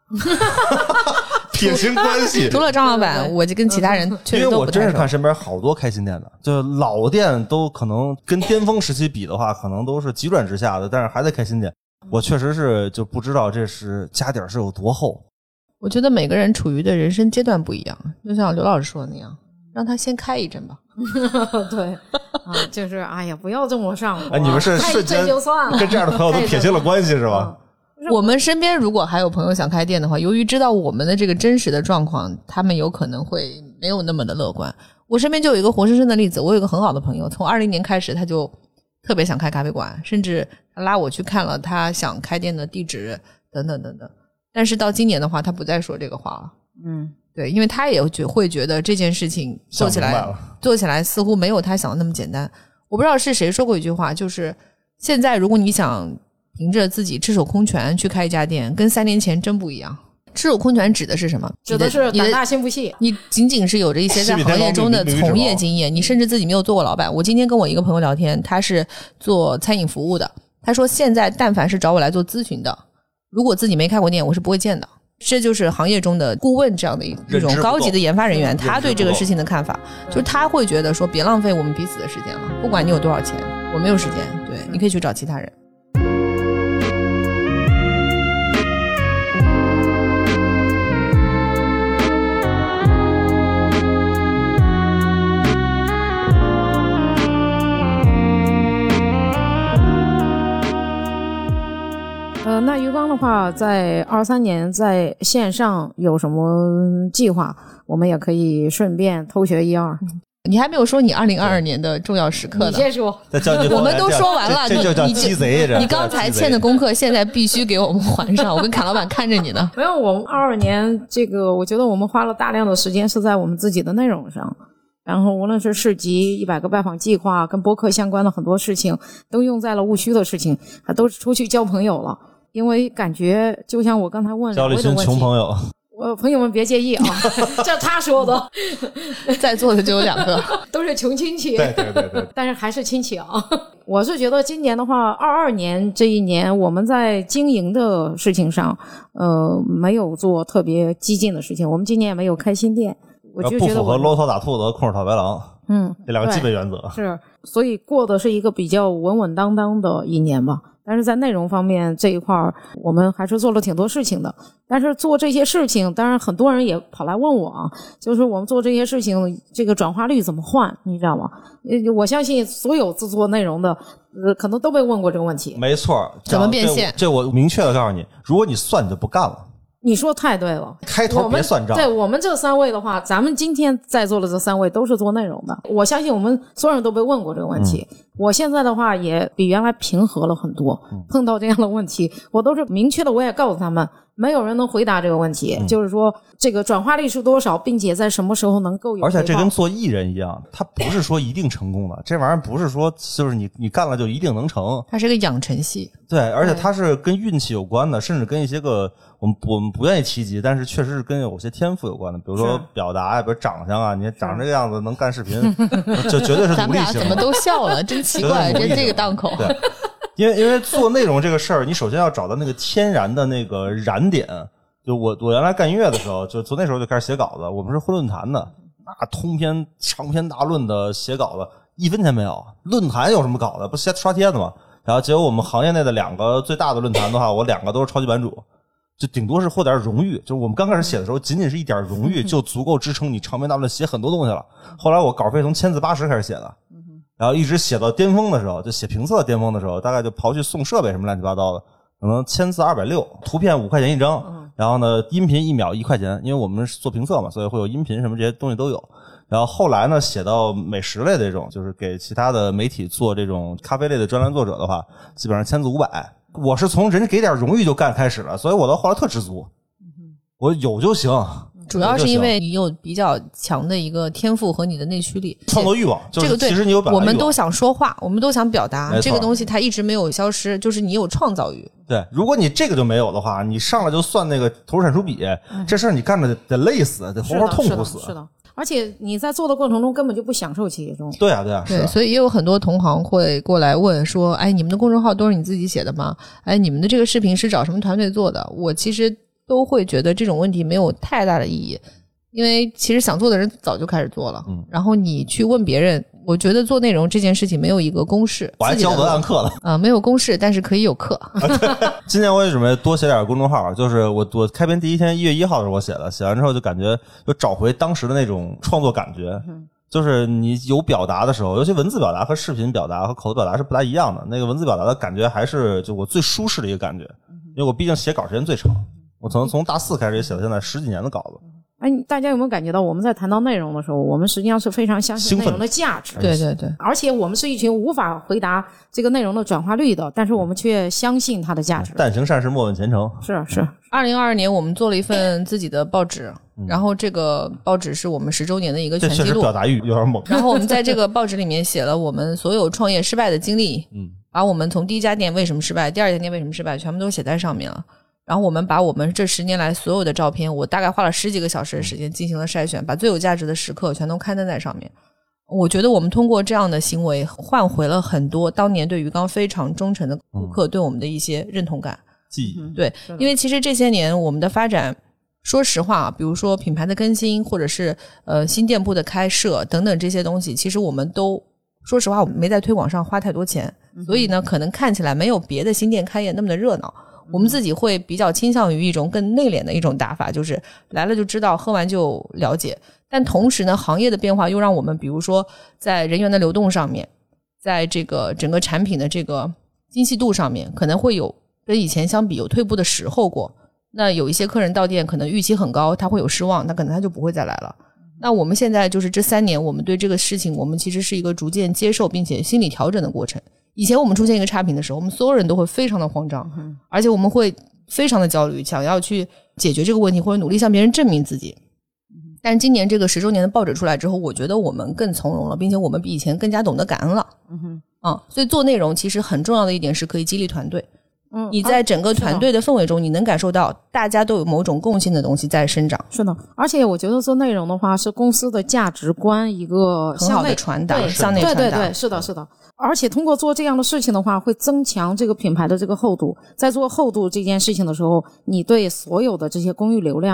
撇清关系， 除了张老板，我就跟其他人确实都不太熟。 因为我真是看身边好多开新店的，就老店都可能跟巅峰时期比的话，可能都是急转直下的，但是还在开新店。我确实是就不知道这是家底儿是有多厚。 我觉得每个人处于的人生阶段不一样，就像刘老师说的那样，让他先开一阵吧。 对，啊，就是哎呀，不要这么上火。 哎，你们是瞬间跟这样的朋友都撇清了关系是吧？ 我们身边如果还有朋友想开店的话，由于知道我们的这个真实的状况，他们有可能会没有那么的乐观。我身边就有一个活生生的例子，我有一个很好的朋友，从二零年开始他就特别想开咖啡馆，甚至他拉我去看了他想开店的地址等等等等。但是到今年的话，他不再说这个话了。 嗯， 对，因为他也觉会觉得这件事情做起来做起来似乎没有他想的那么简单。我不知道是谁说过一句话，就是现在如果你想凭着自己赤手空拳去开一家店，跟三年前真不一样。赤手空拳指的是什么？ 指的是胆大心不细。 你仅仅是有着一些在行业中的从业经验，你甚至自己没有做过老板。我今天跟我一个朋友聊天，他是做餐饮服务的，他说现在但凡是找我来做咨询的，如果自己没开过店，我是不会见的。这就是行业中的顾问这样的一种高级的研发人员，他对这个事情的看法，就是他会觉得说别浪费我们彼此的时间了，不管你有多少钱，我没有时间，对，你可以去找其他人。 呃，那鱼缸的话，在二三年在线上有什么计划？我们也可以顺便偷学一二。 你还没有说你二零二二年的重要时刻呢。 你先说。 我们都说完了， 这这就叫鸡贼。 你刚才欠的功课，现在必须给我们还上。我跟卡老板看着你呢。 没有，我们二二年这个，我觉得我们花了大量的时间是在我们自己的内容上。然后无论是市集、一百个拜访计划，跟播客相关的很多事情，都用在了务虚的事情，还都是出去交朋友了。因为感觉就像我刚才问交了一群穷朋友， 我朋友们别介意啊，这他说的， 在座的就有两个， 都是穷亲戚， 对对对对， 但是还是亲戚啊。我是觉得今年的话，二二年这一年我们在经营的事情上，呃，没有做特别激进的事情。我们今年也没有开新店。 我就觉得不符合搂头打兔子和空手套白狼， 嗯， 这两个基本原则是，所以过的是一个比较稳稳当当的一年吧。但是在内容方面这一块儿，我们还是做了挺多事情的。但是做这些事情，当然很多人也跑来问我啊，就是我们做这些事情，这个转化率怎么换，你知道吗？我相信所有制作内容的，呃，可能都被问过这个问题。 没错， 怎么变现？ 这我明确的告诉你，如果你算，你就不干了。 你说太对了， 开头别算账。 对我们这三位的话，咱们今天在座的这三位都是做内容的，我相信我们所有人都被问过这个问题。嗯、我现在的话也比原来平和了很多，嗯、碰到这样的问题，我都是明确的，我也告诉他们，没有人能回答这个问题，嗯、就是说这个转化率是多少，并且在什么时候能够有。 而且这跟做艺人一样，它不是说一定成功的，这玩意儿不是说就是你你干了就一定能成， 它是个养成系。 对，而且它是跟运气有关的，甚至跟一些个我们我们不愿意提及，但是确实是跟有些天赋有关的，比如说表达呀，比如长相啊，你长这个样子能干视频，就绝对是努力型的。 咱们俩怎么都笑了，真奇怪，这这个档口。 对，因为因为做内容这个事儿，你首先要找到那个天然的那个燃点。就我我原来干音乐的时候，就从那时候就开始写稿子，我们是混论坛的，那通篇长篇大论的写稿子，一分钱没有。论坛有什么搞的？不瞎刷帖子吗？然后结果我们行业内的两个最大的论坛的话，我两个都是超级版主，就顶多是获点荣誉。就是我们刚开始写的时候，仅仅是一点荣誉就足够支撑你长篇大论写很多东西了。后来我稿费从千字八十开始写的，然后一直写到巅峰的时候，就写评测巅峰的时候，大概就刨去送设备什么乱七八糟的，可能千字二百六，图片五块钱一张，然后呢音频一秒一块钱，因为我们是做评测嘛，所以会有音频什么这些东西都有。然后后来呢，写到美食类的这种，就是给其他的媒体做这种咖啡类的专栏作者的话，基本上千字五百。我是从人家给点荣誉就干开始了，所以我到后来特知足，我有就行。 主要是因为你有比较强的一个天赋和你的内驱力， 创作欲望。就是、这个对，其实你有表达欲望， 我们都想说话，我们都想表达，这个东西它一直没有消失，就是你有创造欲。 对，如果你这个就没有的话，你上来就算那个投入产出比，嗯、这事儿你干着得累死，得活活痛苦死。 是的，是的。而且你在做的过程中根本就不享受其中。 对啊，对啊， 对， 是。 所以也有很多同行会过来问说：“哎，你们的公众号都是你自己写的吗？哎，你们的这个视频是找什么团队做的？”我其实都会觉得这种问题没有太大的意义，因为其实想做的人早就开始做了。嗯。然后你去问别人，我觉得做内容这件事情没有一个公式。 我还教文案课了。 啊、呃，没有公式，但是可以有课。 今年我也准备多写点公众号，就是我我开篇第一天一月一号的时候我写的，写完之后就感觉又找回当时的那种创作感觉。嗯，就是你有表达的时候，尤其文字表达和视频表达和口头表达是不大一样的。那个文字表达的感觉还是就我最舒适的一个感觉，因为我毕竟写稿时间最长，我从从大四开始写到现在十几年的稿子。 哎，大家有没有感觉到我们在谈到内容的时候，我们实际上是非常相信内容的价值。 对对对， 而且我们是一群无法回答这个内容的转化率的，但是我们却相信它的价值。 但行善事，莫问前程。 是是。 二零二二年我们做了一份自己的报纸，嗯、然后这个报纸是我们十周年的一个全记录。 这确实表达欲有点猛。 然后我们在这个报纸里面写了我们所有创业失败的经历，嗯，把我们从第一家店为什么失败，第二家店为什么失败，全部都写在上面了。然后我们把我们这十年来所有的照片，我大概花了十几个小时的时间进行了筛选，把最有价值的时刻全都刊登在上面。我觉得我们通过这样的行为换回了很多当年对鱼缸非常忠诚的顾客对我们的一些认同感。 记忆、嗯、 对，因为其实这些年我们的发展，说实话，比如说品牌的更新，或者是呃新店铺的开设等等这些东西，其实我们都说实话我们没在推广上花太多钱，所以呢可能看起来没有别的新店开业那么的热闹。我们自己会比较倾向于一种更内敛的一种打法，就是来了就知道，喝完就了解。但同时呢，行业的变化又让我们比如说在人员的流动上面，在这个整个产品的这个精细度上面，可能会有跟以前相比有退步的时候过。那有一些客人到店可能预期很高，他会有失望，那可能他就不会再来了。那我们现在就是这三年，我们对这个事情我们其实是一个逐渐接受并且心理调整的过程。以前我们出现一个差评的时候，我们所有人都会非常的慌张，而且我们会非常的焦虑，想要去解决这个问题，或者努力向别人证明自己。但今年这个十周年的报纸出来之后，我觉得我们更从容了，并且我们比以前更加懂得感恩了。嗯哼，啊，所以做内容其实很重要的一点是可以激励团队。嗯，你在整个团队的氛围中，你能感受到大家都有某种共性的东西在生长。 是的，而且我觉得做内容的话，是公司的价值观一个很好的传达，向内传达。 对对对，是的，是的。而且通过做这样的事情的话，会增强这个品牌的这个厚度。在做厚度这件事情的时候，你对所有的这些公域流量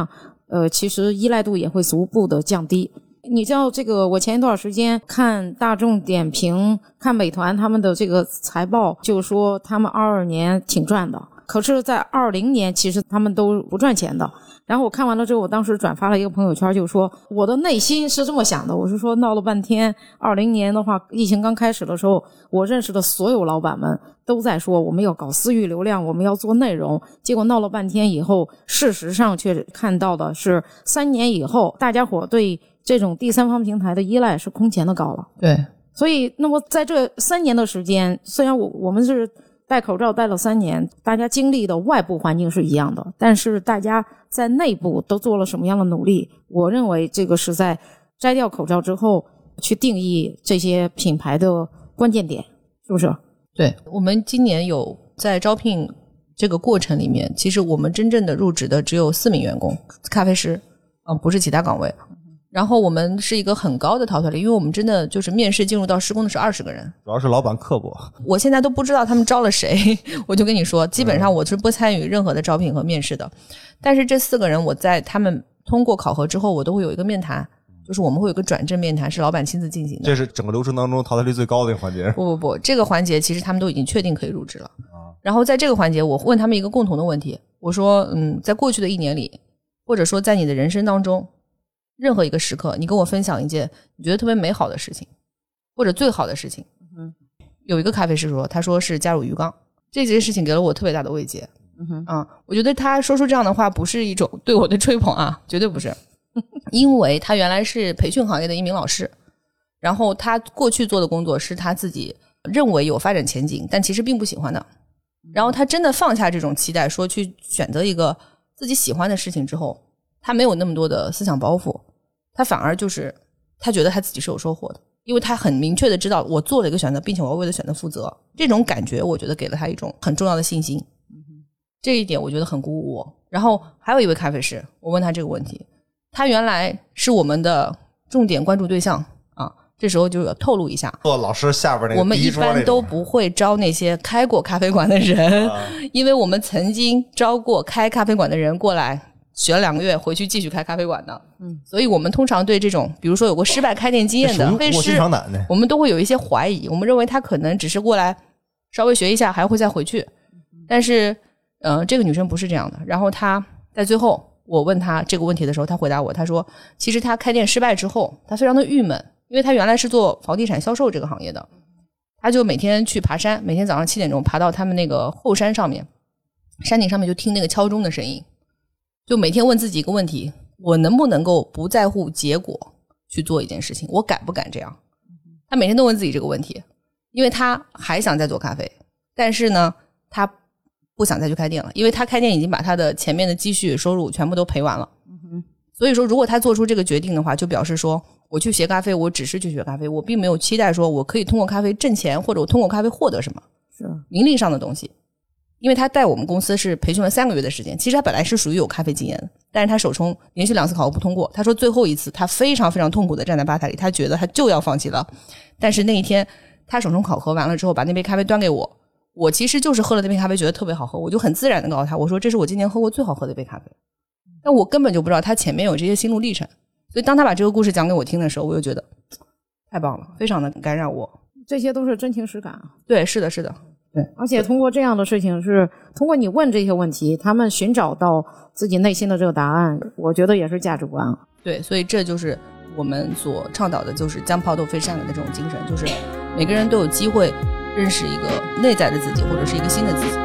呃，其实依赖度也会逐步的降低。你知道这个，我前一段时间看大众点评、看美团他们的这个财报，就说他们二二年挺赚的，可是在二零年其实他们都不赚钱的。然后我看完了之后，我当时转发了一个朋友圈，就说我的内心是这么想的，我是说闹了半天，二零年的话，疫情刚开始的时候，我认识的所有老板们都在说我们要搞私域流量，我们要做内容，结果闹了半天以后，事实上却看到的是三年以后，大家伙对这种第三方平台的依赖是空前的高了。 对， 所以那么在这三年的时间，虽然我我们是戴口罩戴了三年，大家经历的外部环境是一样的，但是大家在内部都做了什么样的努力？我认为这个是在摘掉口罩之后去定义这些品牌的关键点，是不是？ 对，我们今年有在招聘这个过程里面，其实我们真正的入职的只有四名员工，咖啡师，嗯，不是其他岗位。然后我们是一个很高的淘汰率，因为我们真的就是面试进入到施工的是二十个人， 主要是老板刻薄。 我现在都不知道他们招了谁，我就跟你说，基本上我是不参与任何的招聘和面试的。但是这四个人，我在他们通过考核之后，我都会有一个面谈，就是我们会有一个转正面谈，是老板亲自进行的。 这是整个流程当中淘汰率最高的一个环节。 不不不，这个环节其实他们都已经确定可以入职了。然后在这个环节，我问他们一个共同的问题，我说，嗯，在过去的一年里，或者说在你的人生当中，任何一个时刻，你跟我分享一件你觉得特别美好的事情，或者最好的事情。嗯，有一个咖啡师说，他说是加入鱼缸，这件事情给了我特别大的慰藉。嗯哼，啊，我觉得他说出这样的话不是一种对我的吹捧啊，绝对不是，因为他原来是培训行业的一名老师，然后他过去做的工作是他自己认为有发展前景，但其实并不喜欢的。然后他真的放下这种期待，说去选择一个自己喜欢的事情之后，他没有那么多的思想包袱，他反而就是他觉得他自己是有收获的，因为他很明确的知道我做了一个选择，并且我要为了选择负责。这种感觉我觉得给了他一种很重要的信心，这一点我觉得很鼓舞我。然后还有一位咖啡师，我问他这个问题，他原来是我们的重点关注对象啊，这时候就要透露一下， 做老师下边那个我们一般都不会招那些开过咖啡馆的人、啊、因为我们曾经招过开咖啡馆的人过来学了两个月回去继续开咖啡馆的，嗯，所以我们通常对这种比如说有过失败开店经验的咖啡师，我们都会有一些怀疑，我们认为他可能只是过来稍微学一下还会再回去，但是呃，这个女生不是这样的。然后她在最后我问她这个问题的时候，她回答我，她说其实她开店失败之后她非常的郁闷，因为她原来是做房地产销售这个行业的，她就每天去爬山，每天早上七点钟爬到他们那个后山上面，山顶上面就听那个敲钟的声音，就每天问自己一个问题，我能不能够不在乎结果去做一件事情，我敢不敢这样。她每天都问自己这个问题，因为她还想再做咖啡，但是呢她不想再去开店了，因为她开店已经把她的前面的积蓄收入全部都赔完了、嗯、所以说如果她做出这个决定的话，就表示说我去学咖啡，我只是去学咖啡，我并没有期待说我可以通过咖啡挣钱，或者我通过咖啡获得什么是名利上的东西。因为他带我们公司是培训了三个月的时间，其实他本来是属于有咖啡经验的，但是他首冲连续两次考核不通过，他说最后一次他非常非常痛苦的站在吧台里，他觉得他就要放弃了。但是那一天他首冲考核完了之后把那杯咖啡端给我，我其实就是喝了那杯咖啡觉得特别好喝，我就很自然的告诉他，我说这是我今年喝过最好喝的一杯咖啡，但我根本就不知道他前面有这些心路历程。所以当他把这个故事讲给我听的时候，我就觉得太棒了，非常的感染我。 这些都是真情实感啊。 对，是的是的，对， 而且通过这样的事情，是通过你问这些问题，他们寻找到自己内心的这个答案，我觉得也是价值观。 对，所以这就是我们所倡导的，就是将泡豆非善的这种精神，就是每个人都有机会认识一个内在的自己，或者是一个新的自己。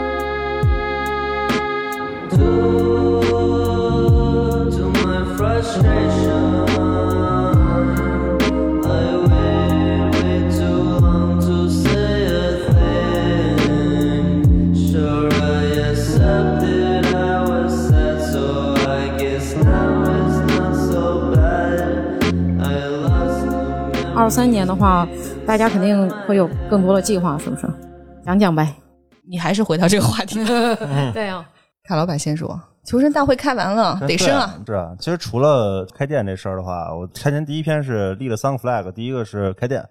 二三年的话，大家肯定会有更多的计划，是不是？讲讲呗。 你还是回到这个话题。 对啊， 卡老板先说，求生大会开完了，得升啊！ 是啊，其实除了开店这事儿的话，我开年第一篇是立了三个 flag， 第一个是开店，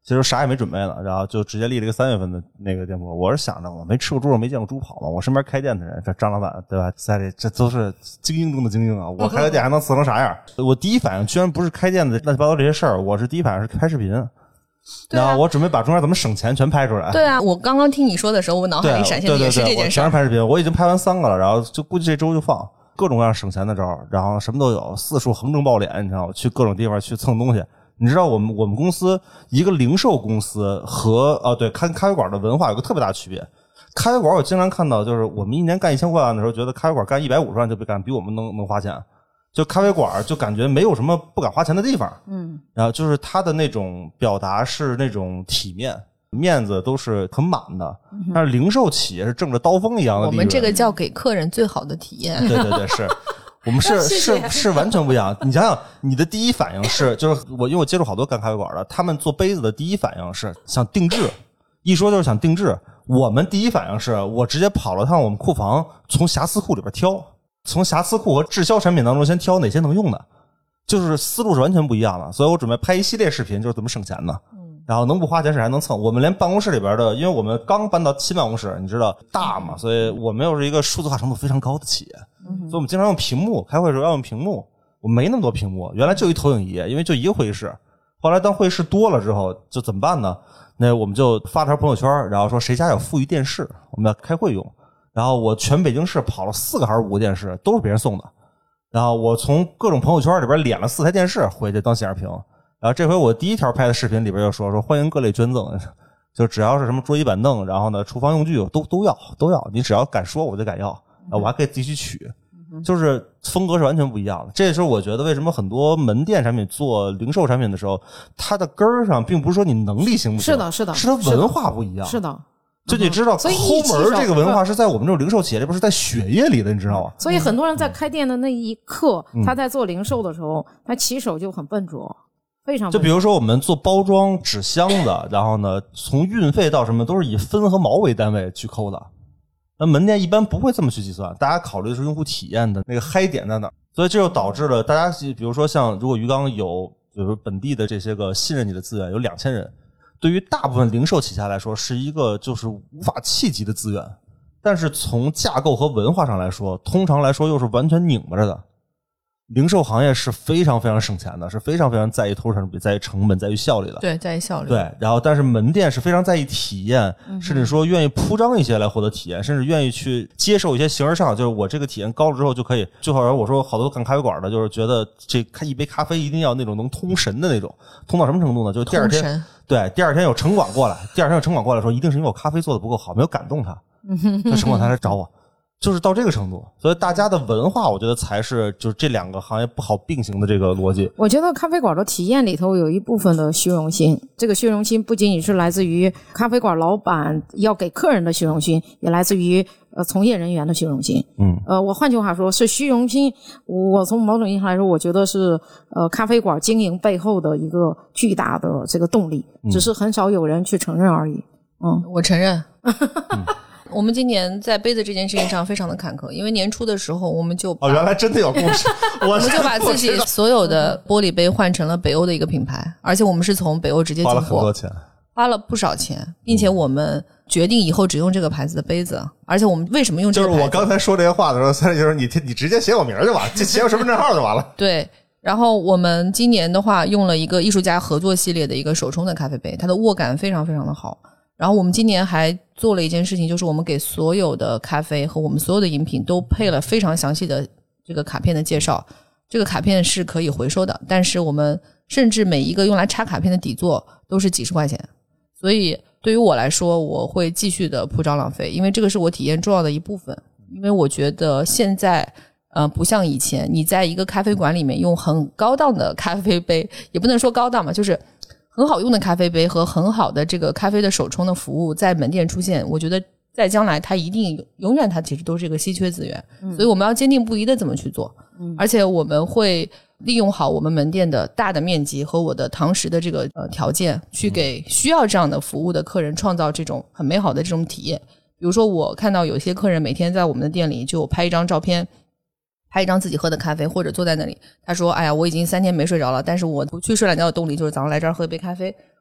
其实啥也没准备呢，然后就直接立了一个三月份的那个店铺。我是想着我没吃过猪肉没见过猪跑嘛，我身边开店的人，这张老板对吧，在这这都是精英中的精英啊，我开个店还能次成啥样？我第一反应居然不是开店的乱七八糟这些事儿，我是第一反应是拍视频。然后我准备把中间怎么省钱全拍出来。 对啊，我刚刚听你说的时候，我脑海里闪现的也是这件事。 全是拍视频，我已经拍完三个了，然后就估计这周就放各种各样省钱的招，然后什么都有，四处横征暴敛，你知道吗？去各种地方去蹭东西。你知道我们我们公司一个零售公司和呃对开咖啡馆的文化有个特别大的区别。咖啡馆我经常看到，就是我们一年干一千万的时候，觉得咖啡馆干一百五十万就比干比我们能能花钱。就咖啡馆就感觉没有什么不敢花钱的地方，嗯，然后就是他的那种表达是那种体面，面子都是很满的，嗯、但是零售企业是挣着刀锋一样的利润。 我们这个叫给客人最好的体验。 对对对，是我们是是是完全不一样。你想想，你的第一反应是，就是我因为我接触好多干咖啡馆的，他们做杯子的第一反应是想定制，一说就是想定制。我们第一反应是我直接跑了趟我们库房，从瑕疵库里边挑。从瑕疵库和滞销产品当中先挑哪些能用的，就是思路是完全不一样的。所以我准备拍一系列视频，就是怎么省钱呢？嗯，然后能不花钱是还能蹭。我们连办公室里边的，因为我们刚搬到新办公室，你知道大嘛，所以我们又是一个数字化程度非常高的企业，嗯、所以我们经常用屏幕，开会的时候要用屏幕。我没那么多屏幕，原来就一投影仪，因为就一个会议室。后来当会议室多了之后，就怎么办呢？那我们就发条朋友圈，然后说谁家有富裕电视，我们要开会用。然后我全北京市跑了四个还是五个电视，都是别人送的。然后我从各种朋友圈里边敛了四台电视回去当显示屏。然后这回我第一条拍的视频里边就说说欢迎各类捐赠，就只要是什么桌椅板凳，然后呢厨房用具都都要都要，你只要敢说我就敢要，我还可以自己去取，就是风格是完全不一样的。这也是我觉得为什么很多门店产品做零售产品的时候，它的根儿上并不是说你能力行不行， 是的是的， 是它文化不一样， 是的。 就你知道抠门这个文化是在我们这种零售企业里边是在血液里的，你知道吗？ 所以很多人在开店的那一刻，嗯、他在做零售的时候，他起手就很笨拙，非常笨拙。 就比如说我们做包装纸箱子，然后呢，从运费到什么都是以分和毛为单位去抠的。那门店一般不会这么去计算，大家考虑的是用户体验的那个嗨点在哪，所以这就导致了大家，比如说像如果鱼缸有，比如说本地的这些个信任你的资源有两千人。对于大部分零售企业来说是一个就是无法企及的资源，但是从架构和文化上来说，通常来说又是完全拧巴着的。零售行业是非常非常省钱的，是非常非常在意投入产出比，在意成本，在意效率的。 对，在意效率。 对，然后但是门店是非常在意体验，嗯、甚至说愿意铺张一些来获得体验，甚至愿意去接受一些形而上，就是我这个体验高了之后就可以。就好像我说好多干咖啡馆的，就是觉得这开一杯咖啡一定要那种能通神的那种，通到什么程度呢？就是第二天，对，第二天有城管过来，第二天有城管过来说，一定是因为我咖啡做的不够好，没有感动他，那城管他来找我。就是到这个程度，所以大家的文化我觉得才是就是这两个行业不好并行的这个逻辑。 我觉得咖啡馆的体验里头有一部分的虚荣心，这个虚荣心不仅仅是来自于咖啡馆老板要给客人的虚荣心，也来自于呃从业人员的虚荣心。嗯，呃，我换句话说是虚荣心，我从某种意义上来说，我觉得是呃咖啡馆经营背后的一个巨大的这个动力，只是很少有人去承认而已。嗯， 我承认。嗯我们今年在杯子这件事情上非常的坎坷，因为年初的时候我们就哦，原来真的有故事， 我们就把自己所有的玻璃杯换成了北欧的一个品牌，而且我们是从北欧直接进货， 花了很多钱， 花了不少钱，并且我们决定以后只用这个牌子的杯子，而且我们为什么用这个牌子？ 就是我刚才说这些话的时候，三就是你你直接写我名就完了，就写我身份证号就完了。 对。然后我们今年的话用了一个艺术家合作系列的一个手冲的咖啡杯，它的握感非常非常的好。然后我们今年还做了一件事情，就是我们给所有的咖啡和我们所有的饮品都配了非常详细的这个卡片的介绍。这个卡片是可以回收的，但是我们甚至每一个用来插卡片的底座都是几十块钱。所以对于我来说，我会继续的铺张浪费，因为这个是我体验重要的一部分。因为我觉得现在呃，不像以前你在一个咖啡馆里面用很高档的咖啡杯，也不能说高档嘛，就是很好用的咖啡杯和很好的这个咖啡的手冲的服务在门店出现，我觉得在将来它一定永远它其实都是一个稀缺资源、嗯、所以我们要坚定不移的怎么去做、嗯、而且我们会利用好我们门店的大的面积和我的堂食的这个呃条件，去给需要这样的服务的客人创造这种很美好的这种体验。比如说我看到有些客人每天在我们的店里就拍一张照片，拍一张自己喝的咖啡，或者坐在那里，他说哎呀我已经三天没睡着了，但是我不去睡懒觉的动力就是早上来这儿喝一杯咖啡。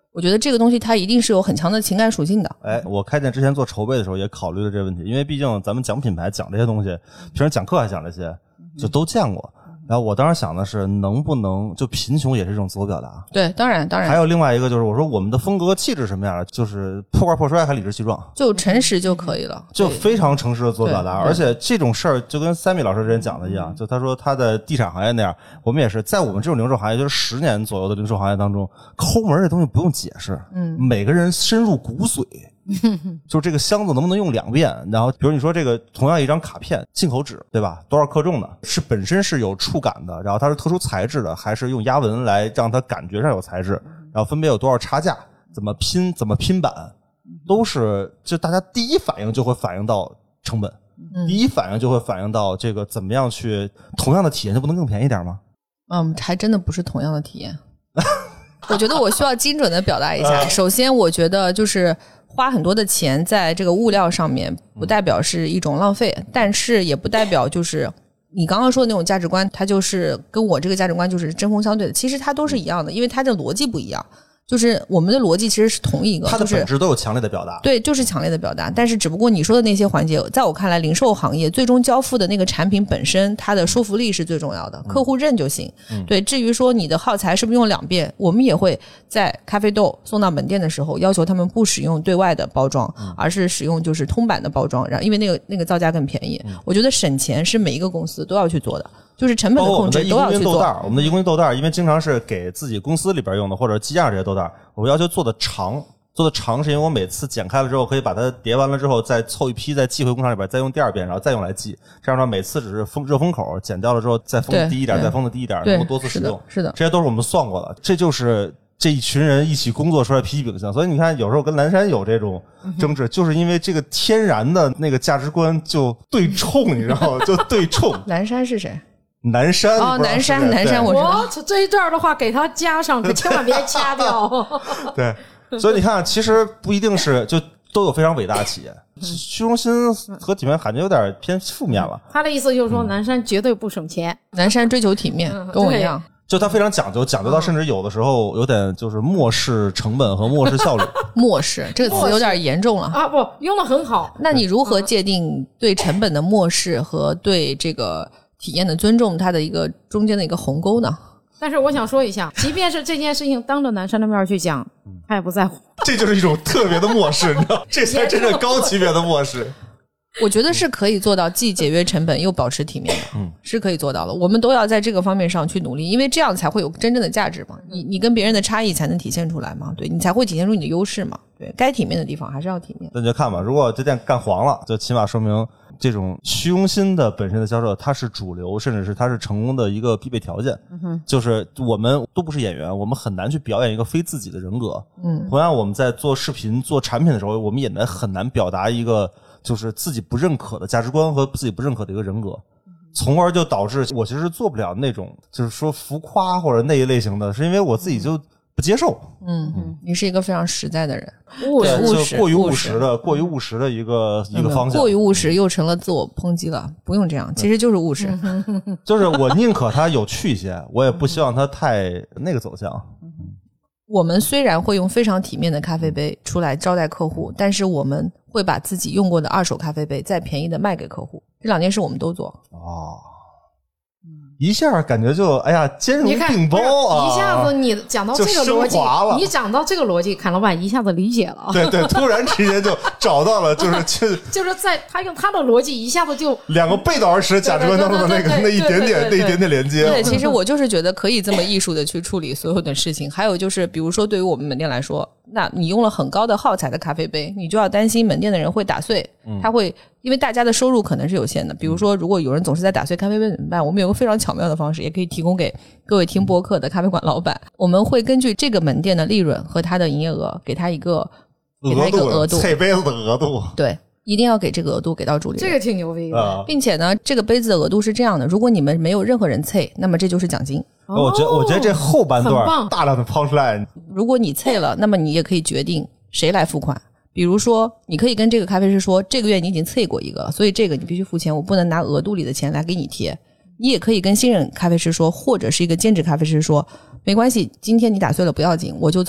我觉得这个东西它一定是有很强的情感属性的。 哎，我开店之前做筹备的时候也考虑了这个问题，因为毕竟咱们讲品牌讲这些东西，平时讲课还讲这些，就都见过。然后我当时想的是，能不能就贫穷也是一种自我表达？ 对，当然当然。 还有另外一个就是，我说我们的风格气质什么样的，就是破罐破摔还理直气壮， 就诚实就可以了， 就非常诚实的自我表达。而且这种事儿就跟三米老师之前讲的一样，就他说他在地产行业那样，我们也是在我们这种零售行业，就是十年左右的零售行业当中，抠门这东西不用解释，嗯，每个人深入骨髓。就这个箱子能不能用两遍？然后比如你说这个同样一张卡片，进口纸对吧？多少克重的？是本身是有触感的，然后它是特殊材质的，还是用压纹来让它感觉上有材质？然后分别有多少差价？怎么拼？怎么拼版？都是就大家第一反应就会反映到成本，嗯、第一反应就会反映到这个怎么样去同样的体验就不能更便宜点吗？ 嗯，还真的不是同样的体验。我觉得我需要精准的表达一下。首先，我觉得就是花很多的钱在这个物料上面，不代表是一种浪费，但是也不代表就是你刚刚说的那种价值观，它就是跟我这个价值观就是针锋相对的。其实它都是一样的，因为它的逻辑不一样。就是我们的逻辑其实是同一个， 它的本质都有强烈的表达， 对，就是强烈的表达。但是只不过你说的那些环节，在我看来，零售行业最终交付的那个产品本身，它的说服力是最重要的，客户认就行。嗯、对，至于说你的耗材是不是用两遍，我们也会在咖啡豆送到门店的时候，要求他们不使用对外的包装，嗯、而是使用就是通版的包装，然后因为那个那个造价更便宜。嗯、我觉得省钱是每一个公司都要去做的。就是成本的控制都要去做。 我们的一公斤豆袋，因为经常是给自己公司里边用的，或者鸡架这些豆袋，我要求做的长，做的长是因为我每次剪开了之后，可以把它叠完了之后，再凑一批，再寄回工厂里边，再用第二遍，然后再用来寄。这样的话，每次只是封热封口，剪掉了之后再封低一点，再封的低一点，能够多次使用。 是的， 这些都是我们算过的。这就是这一群人一起工作出来脾气秉性。所以你看，有时候跟蓝山有这种争执，嗯、就是因为这个天然的那个价值观就对冲，你知道吗？就对冲。 蓝山是谁？ 南山哦，南山，南山，我知道。 我这一段的话给他加上，可千万别掐掉。 对，所以你看，其实不一定是就都有非常伟大的企业，虚荣心和体面感觉有点偏负面了。 他的意思就是说，南山绝对不省钱， 南山追求体面，嗯、跟我一样。 就他非常讲究，讲究到甚至有的时候有点就是漠视成本和漠视效率。 漠视这个词有点严重了啊！不，用的很好。 那你如何界定对成本的漠视和对这个体验的尊重，它的一个中间的一个鸿沟呢？ 但是我想说一下，即便是这件事情当着南山的面去讲，他也不在乎。 这就是一种特别的漠视，你知道，这才真正高级别的漠视。 我觉得是可以做到既节约成本又保持体面的，嗯，是可以做到的。我们都要在这个方面上去努力，因为这样才会有真正的价值嘛。你你跟别人的差异才能体现出来嘛，对，你才会体现出你的优势嘛。对，该体面的地方还是要体面。 那你就看吧，如果这店干黄了，就起码说明这种虚荣心的本身的销售，它是主流，甚至是它是成功的一个必备条件。嗯哼，就是我们都不是演员，我们很难去表演一个非自己的人格。嗯，同样我们在做视频、做产品的时候，我们也能很难表达一个就是自己不认可的价值观和自己不认可的一个人格，从而就导致我其实做不了那种就是说浮夸或者那一类型的，是因为我自己就不接受。 嗯嗯，你是一个非常实在的人， 务实，务实，过于务实的，过于务实的一个一个方向。 过于务实又成了自我抨击了，不用这样，其实就是务实。 就是我宁可它有趣一些，我也不希望它太那个走向。 我们虽然会用非常体面的咖啡杯出来招待客户，但是我们会把自己用过的二手咖啡杯再便宜的卖给客户，这两件事我们都做。 哦，一下感觉就哎呀兼容并包啊！ 一下子你讲到这个逻辑，你讲到这个逻辑，侃老板一下子理解了。 对对，突然之间就找到了，就是就就是在他用他的逻辑一下子就两个背道而驰价值观当中的那个那一点点那一点点连接。 对，其实我就是觉得可以这么艺术的去处理所有的事情。还有就是，比如说对于我们门店来说，那你用了很高的耗材的咖啡杯，你就要担心门店的人会打碎，他会。因为大家的收入可能是有限的，比如说如果有人总是在打碎咖啡杯怎么办？我们有个非常巧妙的方式，也可以提供给各位听播客的咖啡馆老板。我们会根据这个门店的利润和他的营业额，给他一个给他一个额度， 配杯子的额度。 对，一定要给这个额度给到主理人。 这个挺牛逼的、 啊、 并且呢，这个杯子的额度是这样的：如果你们没有任何人脆，那么这就是奖金。 哦、我觉得我觉得这后半段大量的 punchline。 如果你脆了，那么你也可以决定谁来付款。比如说你可以跟这个咖啡师说，这个月你已经脆过一个，所以这个你必须付钱，我不能拿额度里的钱来给你贴。你也可以跟新人咖啡师说，或者是一个兼职咖啡师说，没关系，今天你打碎了不要紧，我就从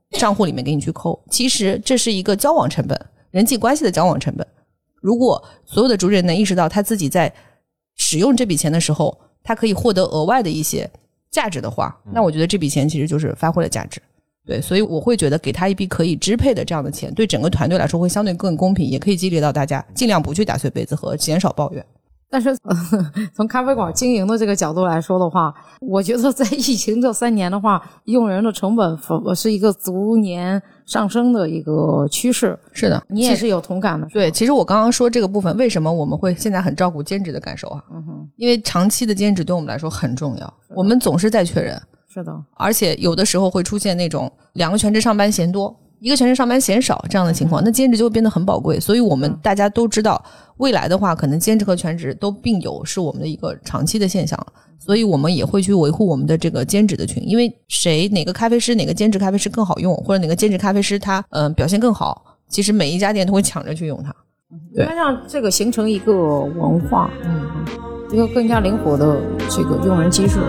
账户里面给你去扣。其实这是一个交往成本，人际关系的交往成本。如果所有的主理人能意识到他自己在使用这笔钱的时候，他可以获得额外的一些价值的话，那我觉得这笔钱其实就是发挥了价值。对，所以我会觉得给他一笔可以支配的这样的钱，对整个团队来说会相对更公平，也可以激励到大家尽量不去打碎杯子和减少抱怨。 但是、呃、从咖啡馆经营的这个角度来说的话，我觉得在疫情这三年的话，用人的成本是一个逐年上升的一个趋势。 是的， 你也是有同感的。 对，其实我刚刚说这个部分，为什么我们会现在很照顾兼职的感受啊？ 嗯哼， 因为长期的兼职对我们来说很重要，我们总是在缺人。 是的， 而且有的时候会出现那种两个全职上班嫌多，一个全职上班嫌少这样的情况，那兼职就会变得很宝贵。所以我们大家都知道，未来的话可能兼职和全职都并有是我们的一个长期的现象，所以我们也会去维护我们的这个兼职的群。因为谁哪个咖啡师哪个兼职咖啡师更好用，或者哪个兼职咖啡师他嗯、呃、表现更好，其实每一家店都会抢着去用它。 对，应该让这个形成一个文化，嗯，一个更加灵活的这个用人机制。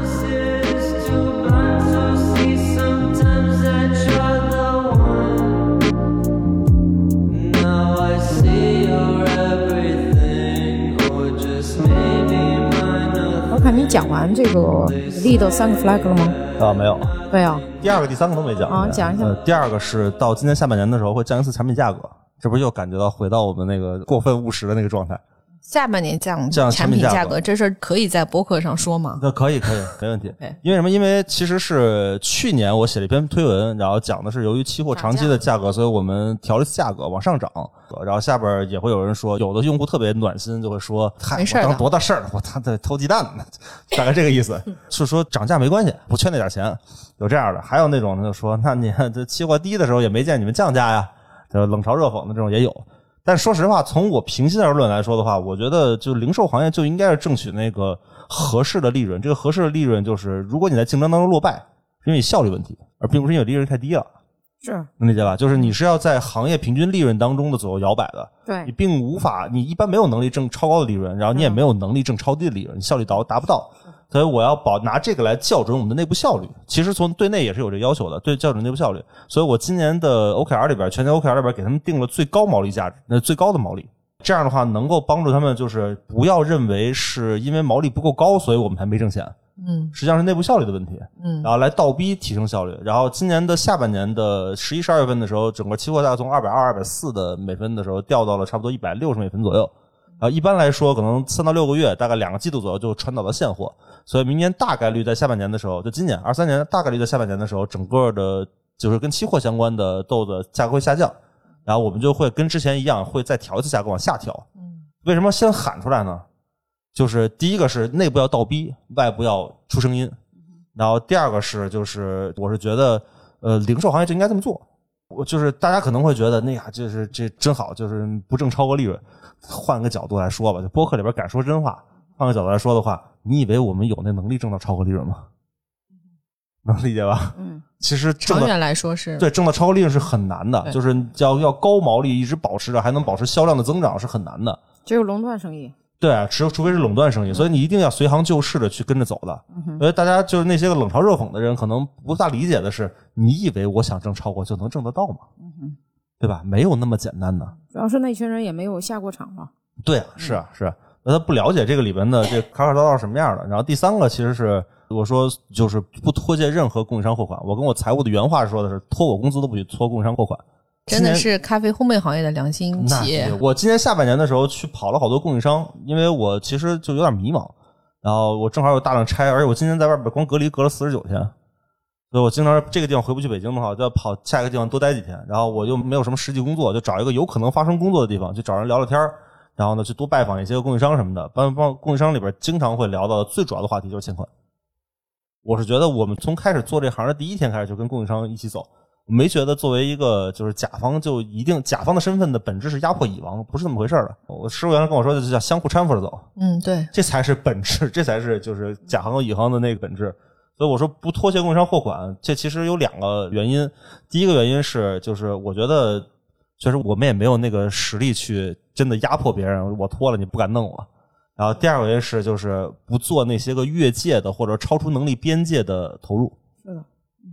我看你讲完这个立的三个 flag 了吗？ 啊，没有。 对啊， 第二个、第三个都没讲啊，讲一下、 呃。第二个是到今年下半年的时候会降一次产品价格，这不是又感觉到回到我们那个过分务实的那个状态。 下半年降降产品价格这事儿可以在播客上说吗？ 那可以可以没问题。因为什么？因为其实是去年我写了一篇推文，然后讲的是由于期货长期的价格，所以我们调了价格往上涨。然后下边也会有人说，有的用户特别暖心，就会说：“嗨，我当多大事儿，我他在偷鸡蛋呢。”大概这个意思，是说涨价没关系，不缺那点钱。有这样的，还有那种就说：“那你这期货低的时候也没见你们降价呀。”就冷嘲热讽的这种也有。但说实话，从我平心而论来说的话，我觉得就零售行业就应该是争取那个合适的利润。这个合适的利润就是，如果你在竞争当中落败，是因为你效率问题，而并不是因为利润太低了。 是， 能理解吧？就是你是要在行业平均利润当中的左右摇摆的。 对， 你并无法，你一般没有能力挣超高的利润，然后你也没有能力挣超低的利润，你效率达达不到。所以我要保拿这个来校准我们的内部效率。其实从对内也是有这要求的，对校准内部效率。所以我今年的 O K R 里边，全年 O K R 里边给他们定了最高毛利价值，那最高的毛利。这样的话能够帮助他们，就是不要认为是因为毛利不够高，所以我们才没挣钱。 嗯， 实际上是内部效率的问题。 嗯，然后来倒逼提升效率。然后今年的下半年的十一、十二月份的时候，整个期货价从二百二、二百四的每分的时候掉到了差不多一百六十美分左右。啊，一般来说，可能三到六个月，大概两个季度左右就传导到现货，所以明年大概率在下半年的时候，就今年二三年大概率在下半年的时候，整个的就是跟期货相关的豆子价格会下降，然后我们就会跟之前一样，会再调一次价格往下调。 嗯， 为什么先喊出来呢？就是第一个是内部要倒逼，外部要出声音，然后第二个是就是我是觉得，呃，零售行业就应该这么做。我就是大家可能会觉得，那呀，就是这真好，就是不挣超额利润。换个角度来说吧，就播客里边敢说真话。换个角度来说的话，你以为我们有那能力挣到超额利润吗？能理解吧？ 嗯， 其实长远来说是对挣到超额利润是很难的，就是要要高毛利一直保持着，还能保持销量的增长是很难的。 只有垄断生意。 对啊，除除非是垄断生意，所以你一定要随行就市的去跟着走的。因为大家就是那些个冷嘲热讽的人，可能不大理解的是，你以为我想挣超过就能挣得到吗？ 嗯， 对吧？没有那么简单的。 主要是那群人也没有下过场嘛。 对啊，是啊，是啊。那他不了解这个里边的这卡卡叨叨什么样的。然后第三个其实是我说就是不拖借任何供应商货款。我跟我财务的原话说的是，拖我工资都不许拖供应商货款。 真的是咖啡烘焙行业的良心企业。 我今年下半年的时候去跑了好多供应商，因为我其实就有点迷茫，然后我正好有大量拆，而且我今年在外边光隔离隔了四十九天，所以我经常这个地方回不去北京的话，就要跑下一个地方多待几天，然后我又没有什么实际工作，就找一个有可能发生工作的地方去找人聊聊天，然后呢去多拜访一些供应商什么的。帮帮供应商里边经常会聊到最主要的话题就是欠款。我是觉得我们从开始做这行的第一天开始就跟供应商一起走，我没觉得作为一个就是甲方就一定甲方的身份的本质是压迫乙方，不是这么回事的。我师傅原来跟我说的就叫相互搀扶着走。 嗯，对， 这才是本质，这才是就是甲方和乙方的那个本质。所以我说不拖欠供应商货款，这其实有两个原因。第一个原因是就是我觉得确实我们也没有那个实力去真的压迫别人，我拖了你不敢弄我。然后第二个原因是就是不做那些个越界的或者超出能力边界的投入。 是的。 其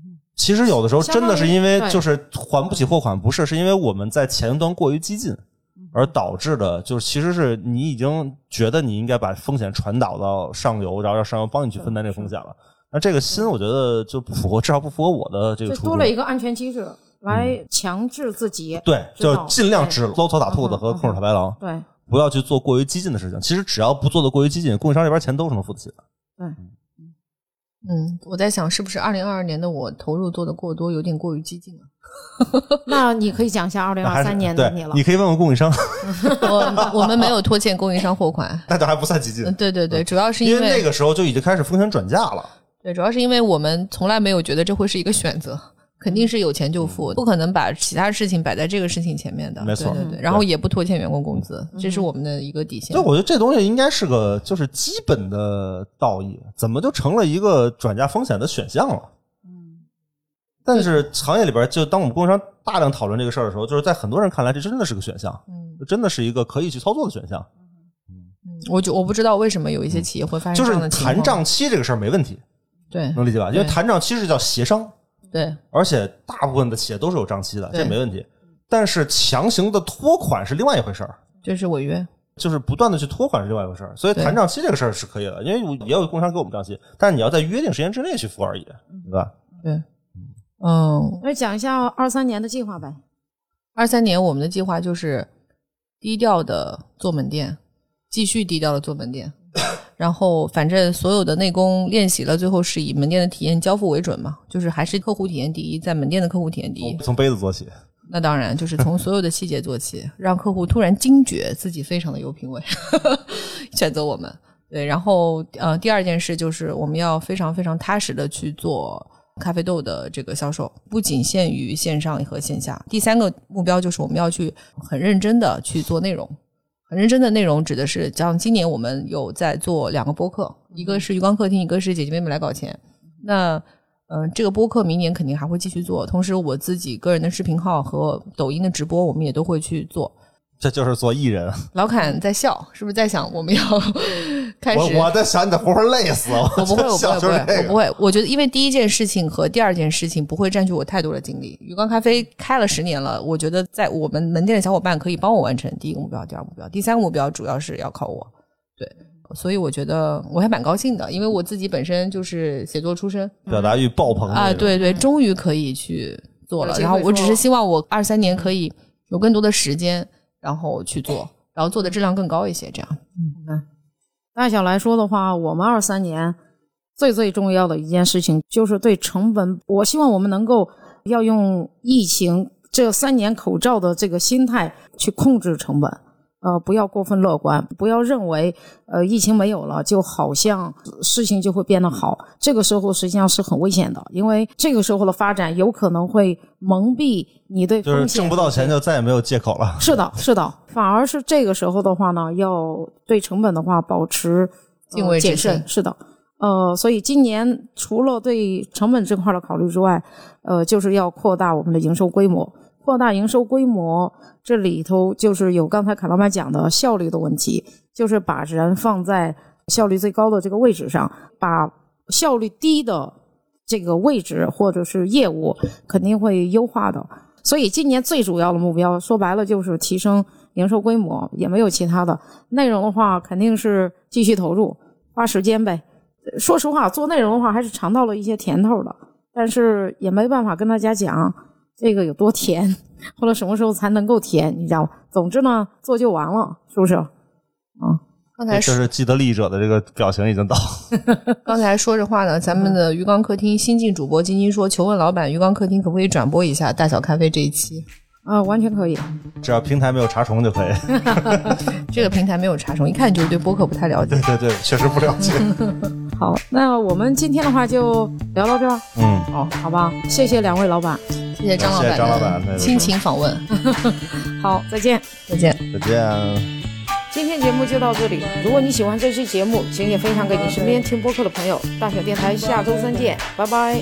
其实有的时候真的是因为相当于就是还不起货款，不是，是因为我们在前端过于激进，而导致的就是其实是你已经觉得你应该把风险传导到上游，然后让上游帮你去分担这个风险了。那这个心我觉得就不符合，至少不符合我的这个初衷。 多了一个安全机制来强制自己、 嗯、对，就尽量只搂草打兔子和空手套白狼， 对， 不要去做过于激进的事情。其实只要不做的过于激进，供应商这边钱都是能付得起的。 对。 嗯，我在想是不是二零二二年的我投入做的过多，有点过于激进了。 那你可以讲一下二零二三年的你了。 你可以问问供应商。 我我们没有拖欠供应商货款， 那这还不算激进。 对对对，主要是因为因为那个时候就已经开始风险转嫁了。 对，主要是因为我们从来没有觉得这会是一个选择，肯定是有钱就付，不可能把其他事情摆在这个事情前面的。 没错， 对对对，然后也不拖欠员工工资，这是我们的一个底线。 就我觉得这东西应该是个就是基本的道义，怎么就成了一个转嫁风险的选项了？嗯，但是行业里边，就当我们供应商大量讨论这个事儿的时候，就是在很多人看来，这真的是个选项，嗯，真的是一个可以去操作的选项。 嗯，我就我不知道为什么有一些企业会发生这样的情况。 就是谈账期这个事儿没问题， 对， 能理解吧？因为谈账期是叫协商。 对， 而且大部分的企业都是有账期的，这没问题。但是强行的拖款是另外一回事儿， 这是违约， 就是不断的去拖款是另外一回事儿。所以谈账期这个事儿是可以的，因为也有工商给我们账期，但是你要在约定时间之内去付而已，对吧？ 对，嗯， 那讲一下二三年的计划呗。 二三年我们的计划就是低调的做门店，继续低调的做门店。然后反正所有的内功练习了，最后是以门店的体验交付为准嘛，就是还是客户体验第一，在门店的客户体验第一。 从杯子做起。 那当然就是从所有的细节做起，让客户突然惊觉自己非常的有品味，选择我们。对，然后呃，第二件事就是我们要非常非常踏实的去做咖啡豆的这个销售，不仅限于线上和线下。第三个目标就是我们要去很认真的去做内容。很认真的内容指的是像今年我们有在做两个播客，一个是鱼缸客厅，一个是姐姐妹妹来搞钱。那嗯、呃，这个播客明年肯定还会继续做，同时我自己个人的视频号和抖音的直播我们也都会去做。 这就是做艺人。 老侃在笑，是不是在想我们要开始？ 我我在想你的活会累死我。 我不会，我不会，不会， 这个、 我不会。我觉得因为第一件事情和第二件事情不会占据我太多的精力。鱼缸咖啡开了十年了，我觉得在我们门店的小伙伴可以帮我完成第一个目标、第二个目标、第三个目标，主要是要靠我。对，所以我觉得我还蛮高兴的，因为我自己本身就是写作出身， 表达欲爆棚啊，对对，终于可以去做了。然后我只是希望我二三年可以有更多的时间。然后去做，然后做的质量更高一些，这样。 嗯，大小来说的话，我们二三年最最重要的一件事情就是对成本，我希望我们能够要用疫情这三年口罩的这个心态去控制成本。呃，不要过分乐观，不要认为呃疫情没有了就好像事情就会变得好，这个时候实际上是很危险的，因为这个时候的发展有可能会蒙蔽你对风险， 就是挣不到钱就再也没有借口了。 是的，是的，反而是这个时候的话呢，要对成本的话保持敬畏谨慎。是的，呃，所以今年除了对成本这块的考虑之外，呃，就是要扩大我们的营收规模。扩大营收规模，这里头就是有刚才凯老板讲的效率的问题，就是把人放在效率最高的这个位置上，把效率低的这个位置或者是业务肯定会优化的。所以今年最主要的目标说白了就是提升营收规模，也没有其他的。内容的话肯定是继续投入，花时间呗。说实话，做内容的话还是尝到了一些甜头的，但是也没办法跟大家讲这个有多甜，或者什么时候才能够甜，你知道吗？总之呢，做就完了，是不是？啊、嗯， 刚才这是既得利益者的这个表情已经到。 刚才说着话呢，咱们的鱼缸客厅新晋主播晶晶说，求问老板，鱼缸客厅可不可以转播一下大小咖啡这一期？ 啊、呃，完全可以， 只要平台没有查重就可以。 这个平台没有查重，一看就是对播客不太了解。 对对对，确实不了解。 好，那我们今天的话就聊到这儿。 嗯， 好，好吧，谢谢两位老板， 谢谢张老板， 谢谢张老板亲情访问。 好，再见， 再见， 再见。 今天节目就到这里，如果你喜欢这期节目，请也分享给你身边听播客的朋友。大小电台下周三见，拜拜。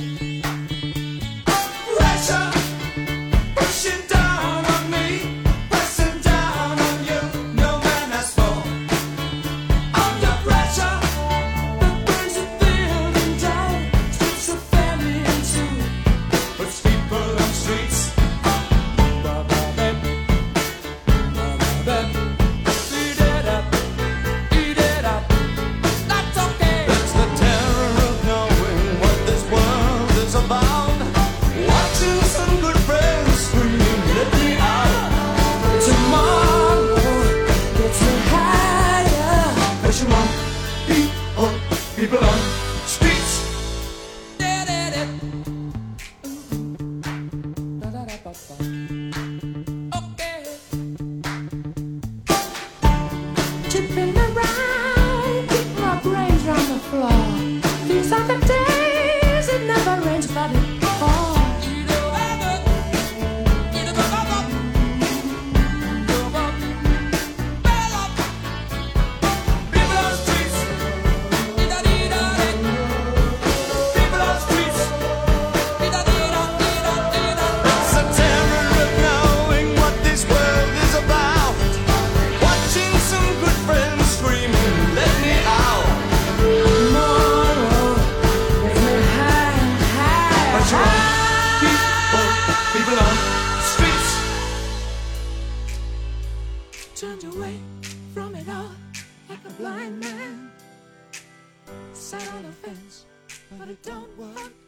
Tipping around, keep my brains on the floor. These are the days it never rains, but it pours. Turned away from it all like a blind man. Sat on a fence, but it don't work.